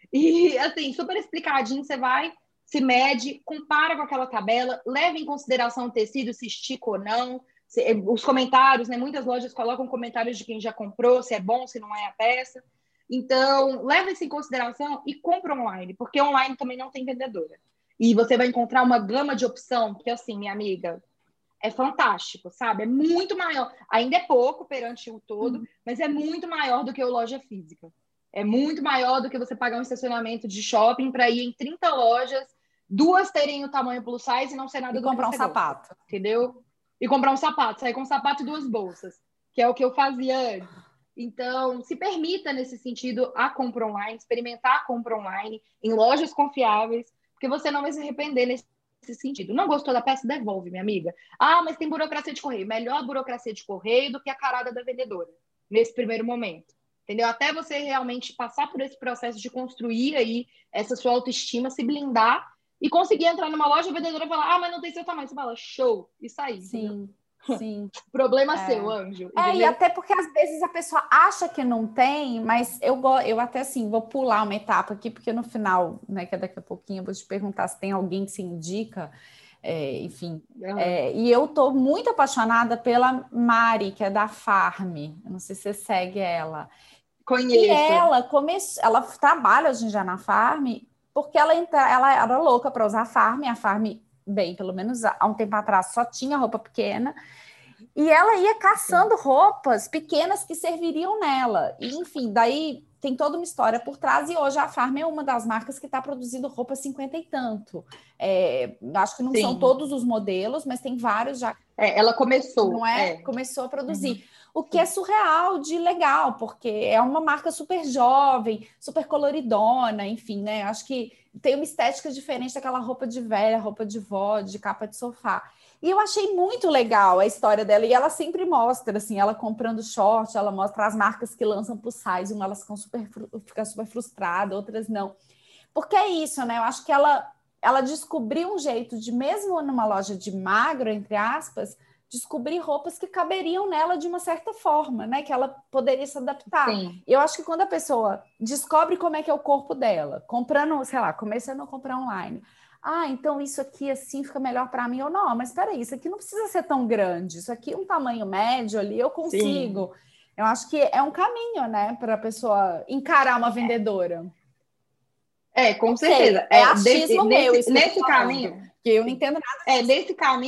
E, assim, super explicadinho, você vai, se mede, compara com aquela tabela, leva em consideração o tecido, se estica ou não, os comentários, né? Muitas lojas colocam comentários de quem já comprou, se é bom, se não é a peça. Então, leva isso em consideração e compra online, porque online também não tem vendedora. E você vai encontrar uma gama de opção que, assim, minha amiga, é fantástico, sabe? É muito maior. Ainda é pouco perante o todo, mas é muito maior do que a loja física. É muito maior do que você pagar um estacionamento de shopping para ir em 30 lojas, 2 terem o tamanho plus size e não ser nada do que comprar um sapato. Gosta, entendeu? E comprar um sapato, sair com um sapato e 2 bolsas, que é o que eu fazia antes. Então, se permita, nesse sentido, a compra online, experimentar a compra online em lojas confiáveis, porque você não vai se arrepender nesse sentido. Não gostou da peça? Devolve, minha amiga. Mas tem burocracia de correio. Melhor a burocracia de correio do que a carada da vendedora, nesse primeiro momento. Entendeu? Até você realmente passar por esse processo de construir aí essa sua autoestima, se blindar e conseguir entrar numa loja, a vendedora falar, mas não tem seu tamanho. Você fala, show, isso aí. Sim. Sim. Problema seu, anjo. E até porque às vezes a pessoa acha que não tem, mas eu até assim vou pular uma etapa aqui, porque no final, né, que daqui a pouquinho eu vou te perguntar se tem alguém que se indica, enfim. E eu tô muito apaixonada pela Mari, que é da Farm. Eu não sei se você segue ela. Conheço. E ela trabalha hoje em dia na Farm, porque ela era louca para usar a Farm. A Farm, bem, pelo menos há um tempo atrás, só tinha roupa pequena. E ela ia caçando roupas pequenas que serviriam nela. E, enfim, daí tem toda uma história por trás. E hoje a Farm é uma das marcas que está produzindo roupa 50 e tanto. Acho que não são todos os modelos, mas tem vários já. Ela começou. Não é? Começou a produzir. O que é surreal de legal, porque é uma marca super jovem, super coloridona, enfim, né? Acho que tem uma estética diferente daquela roupa de velha, roupa de vó, de capa de sofá. E eu achei muito legal a história dela, e ela sempre mostra, assim, ela comprando short, ela mostra as marcas que lançam plus size, elas ficam super frustradas, outras não. Porque é isso, né? Eu acho que ela descobriu um jeito de, mesmo numa loja de magro, entre aspas, descobrir roupas que caberiam nela de uma certa forma, né? Que ela poderia se adaptar. Sim. E eu acho que quando a pessoa descobre como é que é o corpo dela, comprando, sei lá, começando a comprar online, então isso aqui assim fica melhor para mim, ou não, mas espera aí, isso aqui não precisa ser tão grande, isso aqui é um tamanho médio ali, eu consigo. Sim. Eu acho que é um caminho, né, para a pessoa encarar uma vendedora. Com certeza. É achismo meu isso nesse caminho, que eu não entendo nada disso.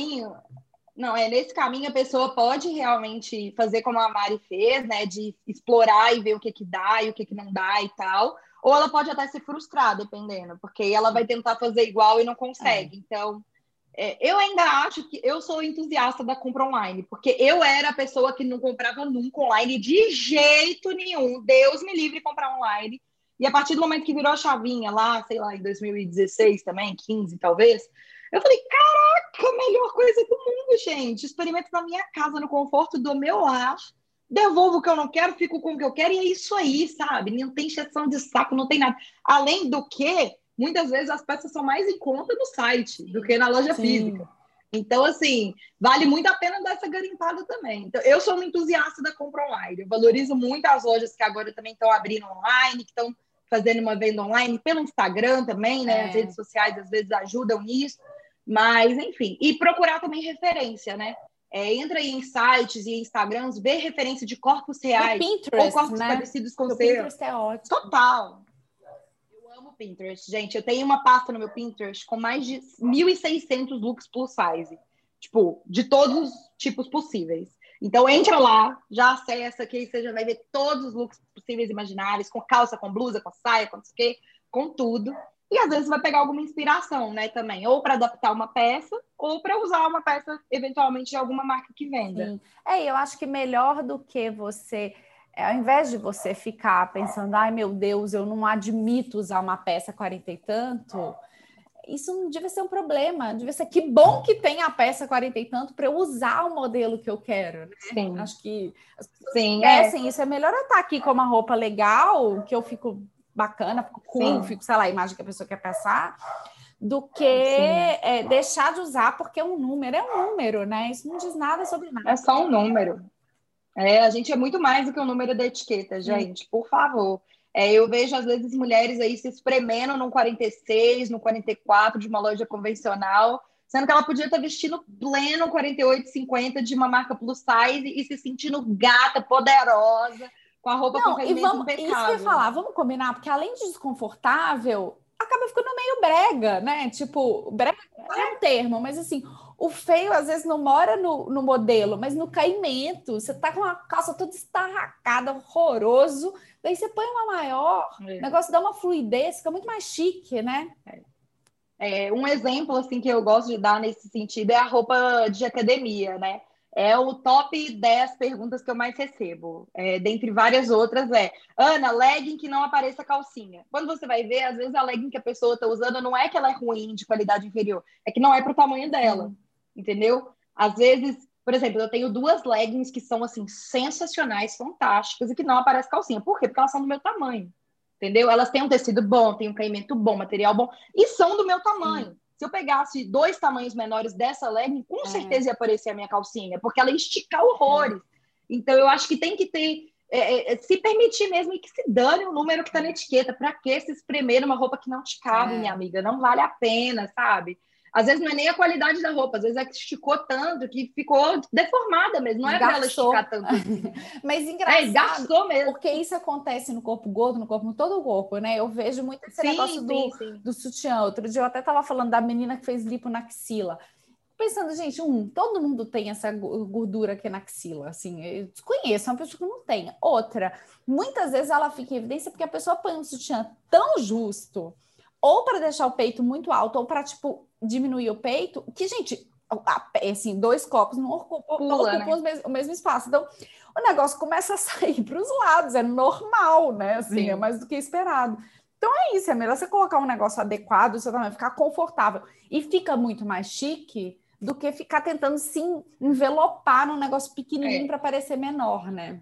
Nesse caminho a pessoa pode realmente fazer como a Mari fez, né, de explorar e ver o que dá e o que não dá e tal. Ou ela pode até se frustrar, dependendo, porque aí ela vai tentar fazer igual e não consegue. Então, eu ainda acho que eu sou entusiasta da compra online, porque eu era a pessoa que não comprava nunca online de jeito nenhum. Deus me livre de comprar online. E a partir do momento que virou a chavinha lá, sei lá, em 2016 também, 15 talvez, eu falei, caraca, melhor coisa do mundo, gente. Experimento na minha casa, no conforto do meu lar. Devolvo o que eu não quero, fico com o que eu quero, e é isso aí, sabe? Não tem exceção de saco, não tem nada. Além do que, muitas vezes as peças são mais em conta no site do que na loja física. Então, assim, vale muito a pena dar essa garimpada também. Então, eu sou uma entusiasta da compra online. Eu valorizo muito as lojas que agora também estão abrindo online, que estão fazendo uma venda online, pelo Instagram também, né? As redes sociais às vezes ajudam nisso. Mas, enfim. E procurar também referência, né? Entra aí em sites e Instagrams, vê referência de corpos reais Pinterest, ou corpos né? parecidos com o seu. Pinterest é ótimo. Total. Eu amo Pinterest, gente. Eu tenho uma pasta no meu Pinterest com mais de 1.600 looks plus size. Tipo, de todos os tipos possíveis. Então, entra lá, já acessa aqui, você já vai ver todos os looks possíveis e imaginários, com calça, com blusa, com saia, com não sei o quê, com tudo. E às vezes vai pegar alguma inspiração, né, também. Ou para adaptar uma peça, ou para usar uma peça, eventualmente, de alguma marca que venda. Sim. Eu acho que melhor do que você... Ao invés de você ficar pensando, ai meu Deus, eu não admito usar uma peça 40 e tanto, isso não devia ser um problema, devia ser que bom que tem a peça 40 e tanto para eu usar o modelo que eu quero, né? Sim. Acho que as pessoas Sim, esquecem isso, é melhor eu estar aqui com uma roupa legal, que eu fico bacana, fico cool, fico, sei lá, a imagem que a pessoa quer passar, do que deixar de usar, porque um número é um número, né? Isso não diz nada sobre nada. É só um número. A gente é muito mais do que o número da etiqueta, gente, por favor. Eu vejo, às vezes, mulheres aí se espremendo no 46, no 44 de uma loja convencional, sendo que ela podia estar vestindo pleno 48, 50 de uma marca plus size e se sentindo gata, poderosa, com a roupa com caimento impecável. Isso que eu ia falar, vamos combinar, porque além de desconfortável, acaba ficando meio brega, né? Tipo, brega é um termo, mas assim, o feio às vezes não mora no modelo, mas no caimento. Você tá com uma calça toda estarracada, horroroso, daí você põe uma maior, o negócio dá uma fluidez, fica muito mais chique, né? Um exemplo assim que eu gosto de dar nesse sentido é a roupa de academia, né? É o top 10 perguntas que eu mais recebo. Dentre várias outras Ana, legging que não apareça calcinha. Quando você vai ver, às vezes a legging que a pessoa está usando não é que ela é ruim, de qualidade inferior, é que não é para o tamanho dela, entendeu? Às vezes, por exemplo, eu tenho 2 leggings que são assim sensacionais, fantásticas e que não aparece calcinha. Por quê? Porque elas são do meu tamanho, entendeu? Elas têm um tecido bom, têm um caimento bom, material bom e são do meu tamanho. Se eu pegasse 2 tamanhos menores dessa legging, com certeza ia aparecer a minha calcinha, porque ela ia esticar horrores. Então, eu acho que tem que ter... se permitir mesmo e que se dane o número que está na etiqueta. Para que se espremer numa roupa que não te cabe, minha amiga? Não vale a pena, sabe? Às vezes não é nem a qualidade da roupa, às vezes é que esticou tanto que ficou deformada mesmo. Não é para ela esticar tanto assim. Mas engraçado, gastou mesmo. porque isso acontece no corpo gordo, no todo o corpo, né? Eu vejo muito esse negócio do sutiã. Outro dia eu até estava falando da menina que fez lipo na axila. Pensando, gente, todo mundo tem essa gordura aqui na axila, assim, eu desconheço, é uma pessoa que não tem. Outra, muitas vezes ela fica em evidência porque a pessoa põe um sutiã tão justo, ou para deixar o peito muito alto, ou para, tipo, diminuir o peito, que, gente, assim, 2 copos não ocupam o mesmo espaço. Então, o negócio começa a sair para os lados, é normal, né? Assim, é mais do que esperado. Então é isso, é melhor você colocar um negócio adequado, você também ficar confortável. E fica muito mais chique do que ficar tentando se envelopar num negócio pequenininho para parecer menor, né?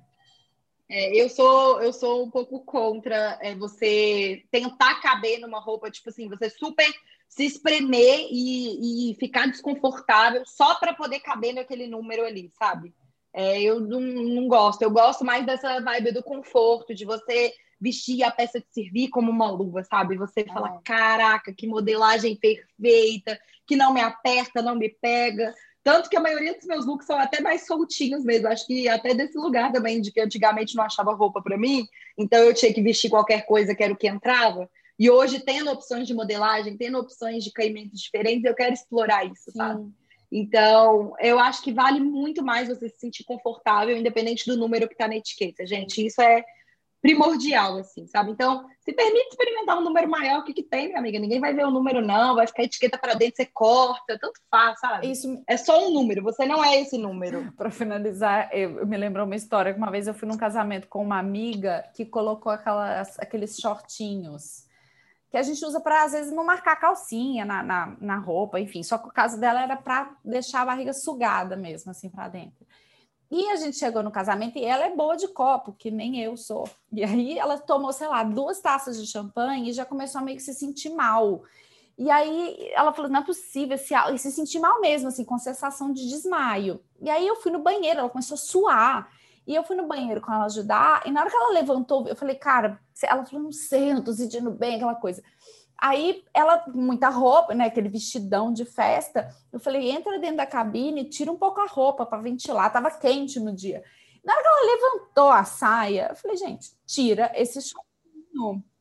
Eu sou um pouco contra você tentar caber numa roupa, tipo assim, você super se espremer e ficar desconfortável só para poder caber naquele número ali, sabe? Eu não gosto. Eu gosto mais dessa vibe do conforto, de você vestir a peça de servir como uma luva, sabe? Você fala, caraca, que modelagem perfeita, que não me aperta, não me pega. Tanto que a maioria dos meus looks são até mais soltinhos mesmo. Acho que até desse lugar também, de que antigamente não achava roupa para mim, então eu tinha que vestir qualquer coisa que era o que entrava. E hoje, tendo opções de modelagem, tendo opções de caimentos diferentes, eu quero explorar isso, sabe? Então, eu acho que vale muito mais você se sentir confortável, independente do número que está na etiqueta, gente. Isso é primordial, assim, sabe? Então, se permite experimentar um número maior, o que tem, minha amiga? Ninguém vai ver o número, não, vai ficar a etiqueta para dentro, você corta, tanto faz, sabe? Isso... É só um número, você não é esse número. Para finalizar, eu me lembrou uma história que uma vez eu fui num casamento com uma amiga que colocou aqueles shortinhos que a gente usa para, às vezes, não marcar calcinha na roupa, enfim, só que o caso dela era para deixar a barriga sugada mesmo, assim, para dentro. E a gente chegou no casamento e ela é boa de copo, que nem eu sou. E aí ela tomou, sei lá, 2 taças de champanhe e já começou a meio que se sentir mal. E aí ela falou, não é possível, e se sentir mal mesmo, assim, com sensação de desmaio. E aí eu fui no banheiro, ela começou a suar. E eu fui no banheiro com ela ajudar, e na hora que ela levantou, eu falei, cara, ela falou, não sei, não tô sentindo bem, aquela coisa. Aí ela, muita roupa, né, aquele vestidão de festa, eu falei, entra dentro da cabine, tira um pouco a roupa para ventilar, tava quente no dia. Na hora que ela levantou a saia, eu falei, gente, tira esse shortinho.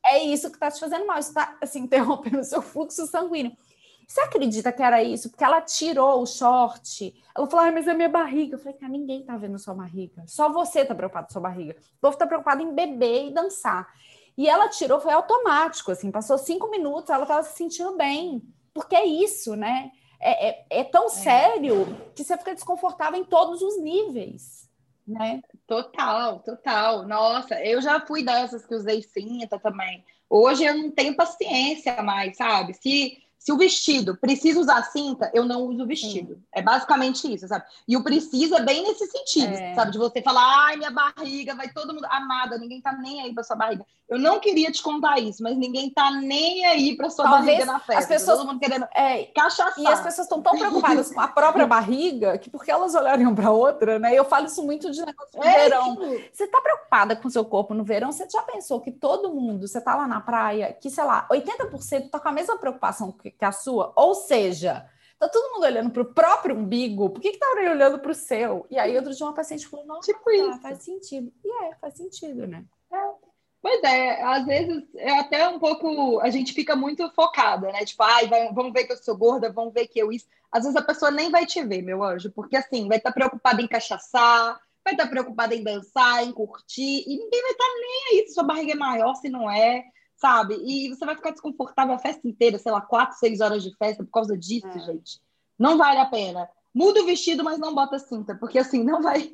é isso que tá te fazendo mal, isso tá, assim, interrompendo o seu fluxo sanguíneo. Você acredita que era isso? Porque ela tirou o short, ela falou, ai, mas é minha barriga. Eu falei, cara, ninguém tá vendo sua barriga, só você tá preocupado com sua barriga. O povo tá preocupado em beber e dançar. E ela tirou, foi automático, assim, passou 5 minutos, ela tava se sentindo bem, porque é isso, né? É tão sério que você fica desconfortável em todos os níveis, né? Total, total. Nossa, eu já fui dessas que usei cinta também. Hoje eu não tenho paciência mais, sabe? Se o vestido precisa usar cinta, eu não uso o vestido. Sim. É basicamente isso, sabe? E o precisa bem nesse sentido, sabe? De você falar, ai, minha barriga, vai todo mundo... Amada, ninguém tá nem aí pra sua barriga. Eu não queria te contar isso, mas ninguém tá nem aí pra sua barriga na festa. As pessoas, todo mundo querendo cachaçar. E as pessoas estão tão preocupadas com a própria barriga que porque elas olhariam para outra, né? Eu falo isso muito de negócio de verão. Tipo... Você tá preocupada com o seu corpo no verão? Você já pensou que todo mundo, você tá lá na praia, que, sei lá, 80% tá com a mesma preocupação que a sua? Ou seja, tá todo mundo olhando pro próprio umbigo, por que tá olhando pro seu? E aí outro dia uma paciente falou, não, tipo isso faz sentido. E faz sentido, né? Pois é, às vezes é até um pouco, a gente fica muito focada, né? Tipo, ai, vamos ver que eu sou gorda, vamos ver que eu isso. Às vezes a pessoa nem vai te ver, meu anjo, porque assim, vai estar preocupada em cachaçar, vai estar preocupada em dançar, em curtir, e ninguém vai estar nem aí se sua barriga é maior, se não é, sabe? E você vai ficar desconfortável a festa inteira, sei lá, 4, 6 horas de festa por causa disso, gente. Não vale a pena. Muda o vestido, mas não bota cinta, porque assim, não vale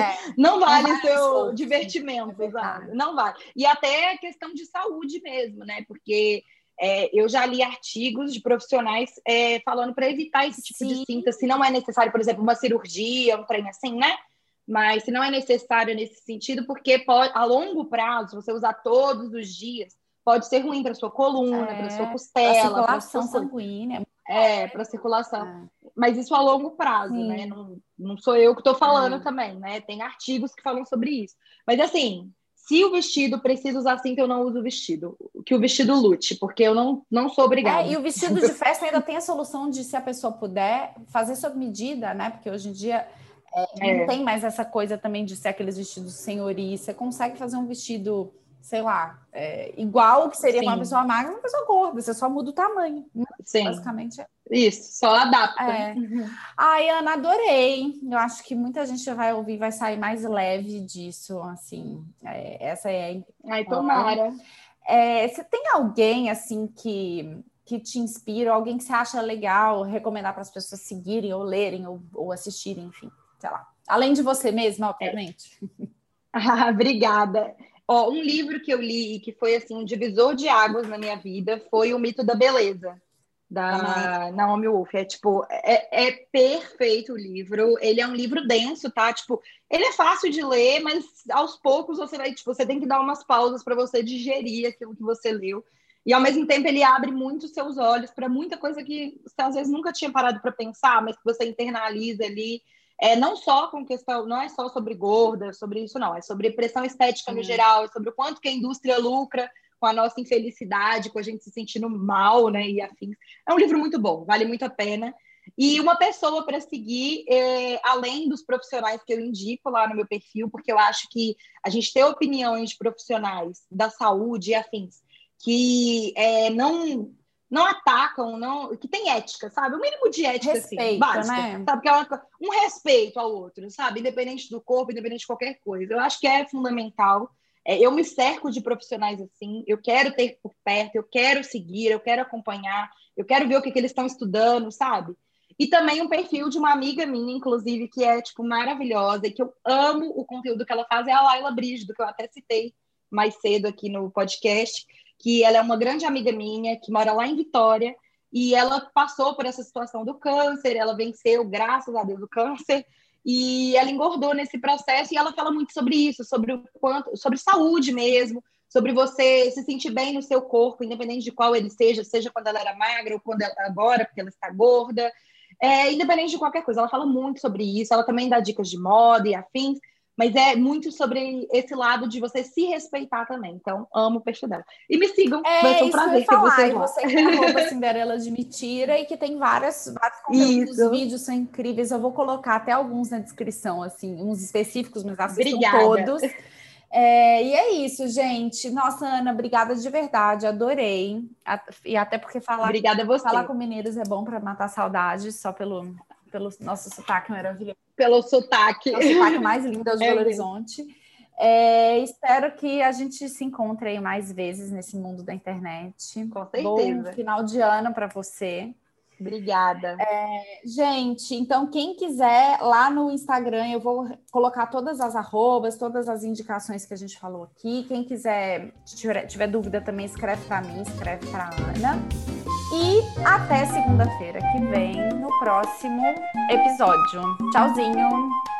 seu divertimento, sabe? Não vale. E até questão de saúde mesmo, né? Porque eu já li artigos de profissionais falando para evitar esse tipo de cinta, se não é necessário, por exemplo, uma cirurgia, um trem assim, né? Mas se não é necessário nesse sentido, porque pode, a longo prazo, se você usar todos os dias, pode ser ruim para sua coluna, para sua costela, para a circulação sanguínea. Para circulação. Mas isso a longo prazo, né? Não sou eu que estou falando também, né? Tem artigos que falam sobre isso. Mas assim, se o vestido precisa usar cinta, eu não uso o vestido. Que o vestido lute, porque eu não sou obrigada. E o vestido de festa ainda tem a solução de, se a pessoa puder, fazer sob medida, né? Porque hoje em dia não tem mais essa coisa também de ser aqueles vestidos senhoris. Você consegue fazer um vestido, sei lá, igual que seria uma pessoa magra, uma pessoa gorda. Você só muda o tamanho. Sim. Basicamente isso, só adapta. Ai, Ana, adorei. Eu acho que muita gente vai ouvir, vai sair mais leve disso, assim. Essa é a... Ai, tomara. Você tem alguém, assim, que te inspira, alguém que você acha legal recomendar para as pessoas seguirem, ou lerem, ou assistirem, enfim, sei lá. Além de você mesma, obviamente. Obrigada. Um livro que eu li, que foi, assim, um divisor de águas na minha vida, foi O Mito da Beleza, da Naomi Wolf. É perfeito o livro. Ele é um livro denso, tá? Tipo, ele é fácil de ler, mas aos poucos você tem que dar umas pausas para você digerir aquilo que você leu. E ao mesmo tempo ele abre muito seus olhos para muita coisa que você às vezes nunca tinha parado para pensar, mas que você internaliza ali. Não só com questão, não é só sobre gorda, sobre isso não, é sobre pressão estética no geral, é sobre o quanto que a indústria lucra com a nossa infelicidade, com a gente se sentindo mal, né, e afins. É um livro muito bom, vale muito a pena. E uma pessoa para seguir, além dos profissionais que eu indico lá no meu perfil, porque eu acho que a gente ter opiniões de profissionais da saúde e afins que não atacam, que tem ética, sabe? O mínimo de ética, respeito, assim, básico, né? Sabe? Que é um respeito ao outro, sabe? Independente do corpo, independente de qualquer coisa. Eu acho que é fundamental. Eu me cerco de profissionais assim, eu quero ter por perto, eu quero seguir, eu quero acompanhar, eu quero ver o que eles estão estudando, sabe? E também um perfil de uma amiga minha, inclusive, que é, tipo, maravilhosa e que eu amo o conteúdo que ela faz, é a Laila Brígido, que eu até citei mais cedo aqui no podcast, que ela é uma grande amiga minha, que mora lá em Vitória, e ela passou por essa situação do câncer, ela venceu, graças a Deus, o câncer, e ela engordou nesse processo, e ela fala muito sobre isso, sobre saúde mesmo, sobre você se sentir bem no seu corpo, independente de qual ele seja quando ela era magra ou quando agora, porque ela está gorda, independente de qualquer coisa. Ela fala muito sobre isso, ela também dá dicas de moda e afins, mas é muito sobre esse lado de você se respeitar também. Então, amo o perfil dela. E me sigam, vai ser um prazer ter vocês lá. Você que é @Cinderela de Mentira e que tem vários conteúdos, os vídeos são incríveis. Eu vou colocar até alguns na descrição, assim, uns específicos, mas assistam todos. E é isso, gente. Nossa, Ana, obrigada de verdade, adorei. E até porque Obrigada a você. falar com mineiros é bom para matar saudade, só pelo nosso sotaque maravilhoso. Pelo sotaque. É o sotaque mais lindo de Belo Horizonte. Espero que a gente se encontre aí mais vezes nesse mundo da internet. Com certeza. Bom final de ano para você. Obrigada. Gente, então quem quiser, lá no Instagram eu vou colocar todas as arrobas, todas as indicações que a gente falou aqui. Quem quiser, tiver dúvida também, escreve para mim, escreve para a Ana. E até segunda-feira que vem, no próximo episódio. Tchauzinho!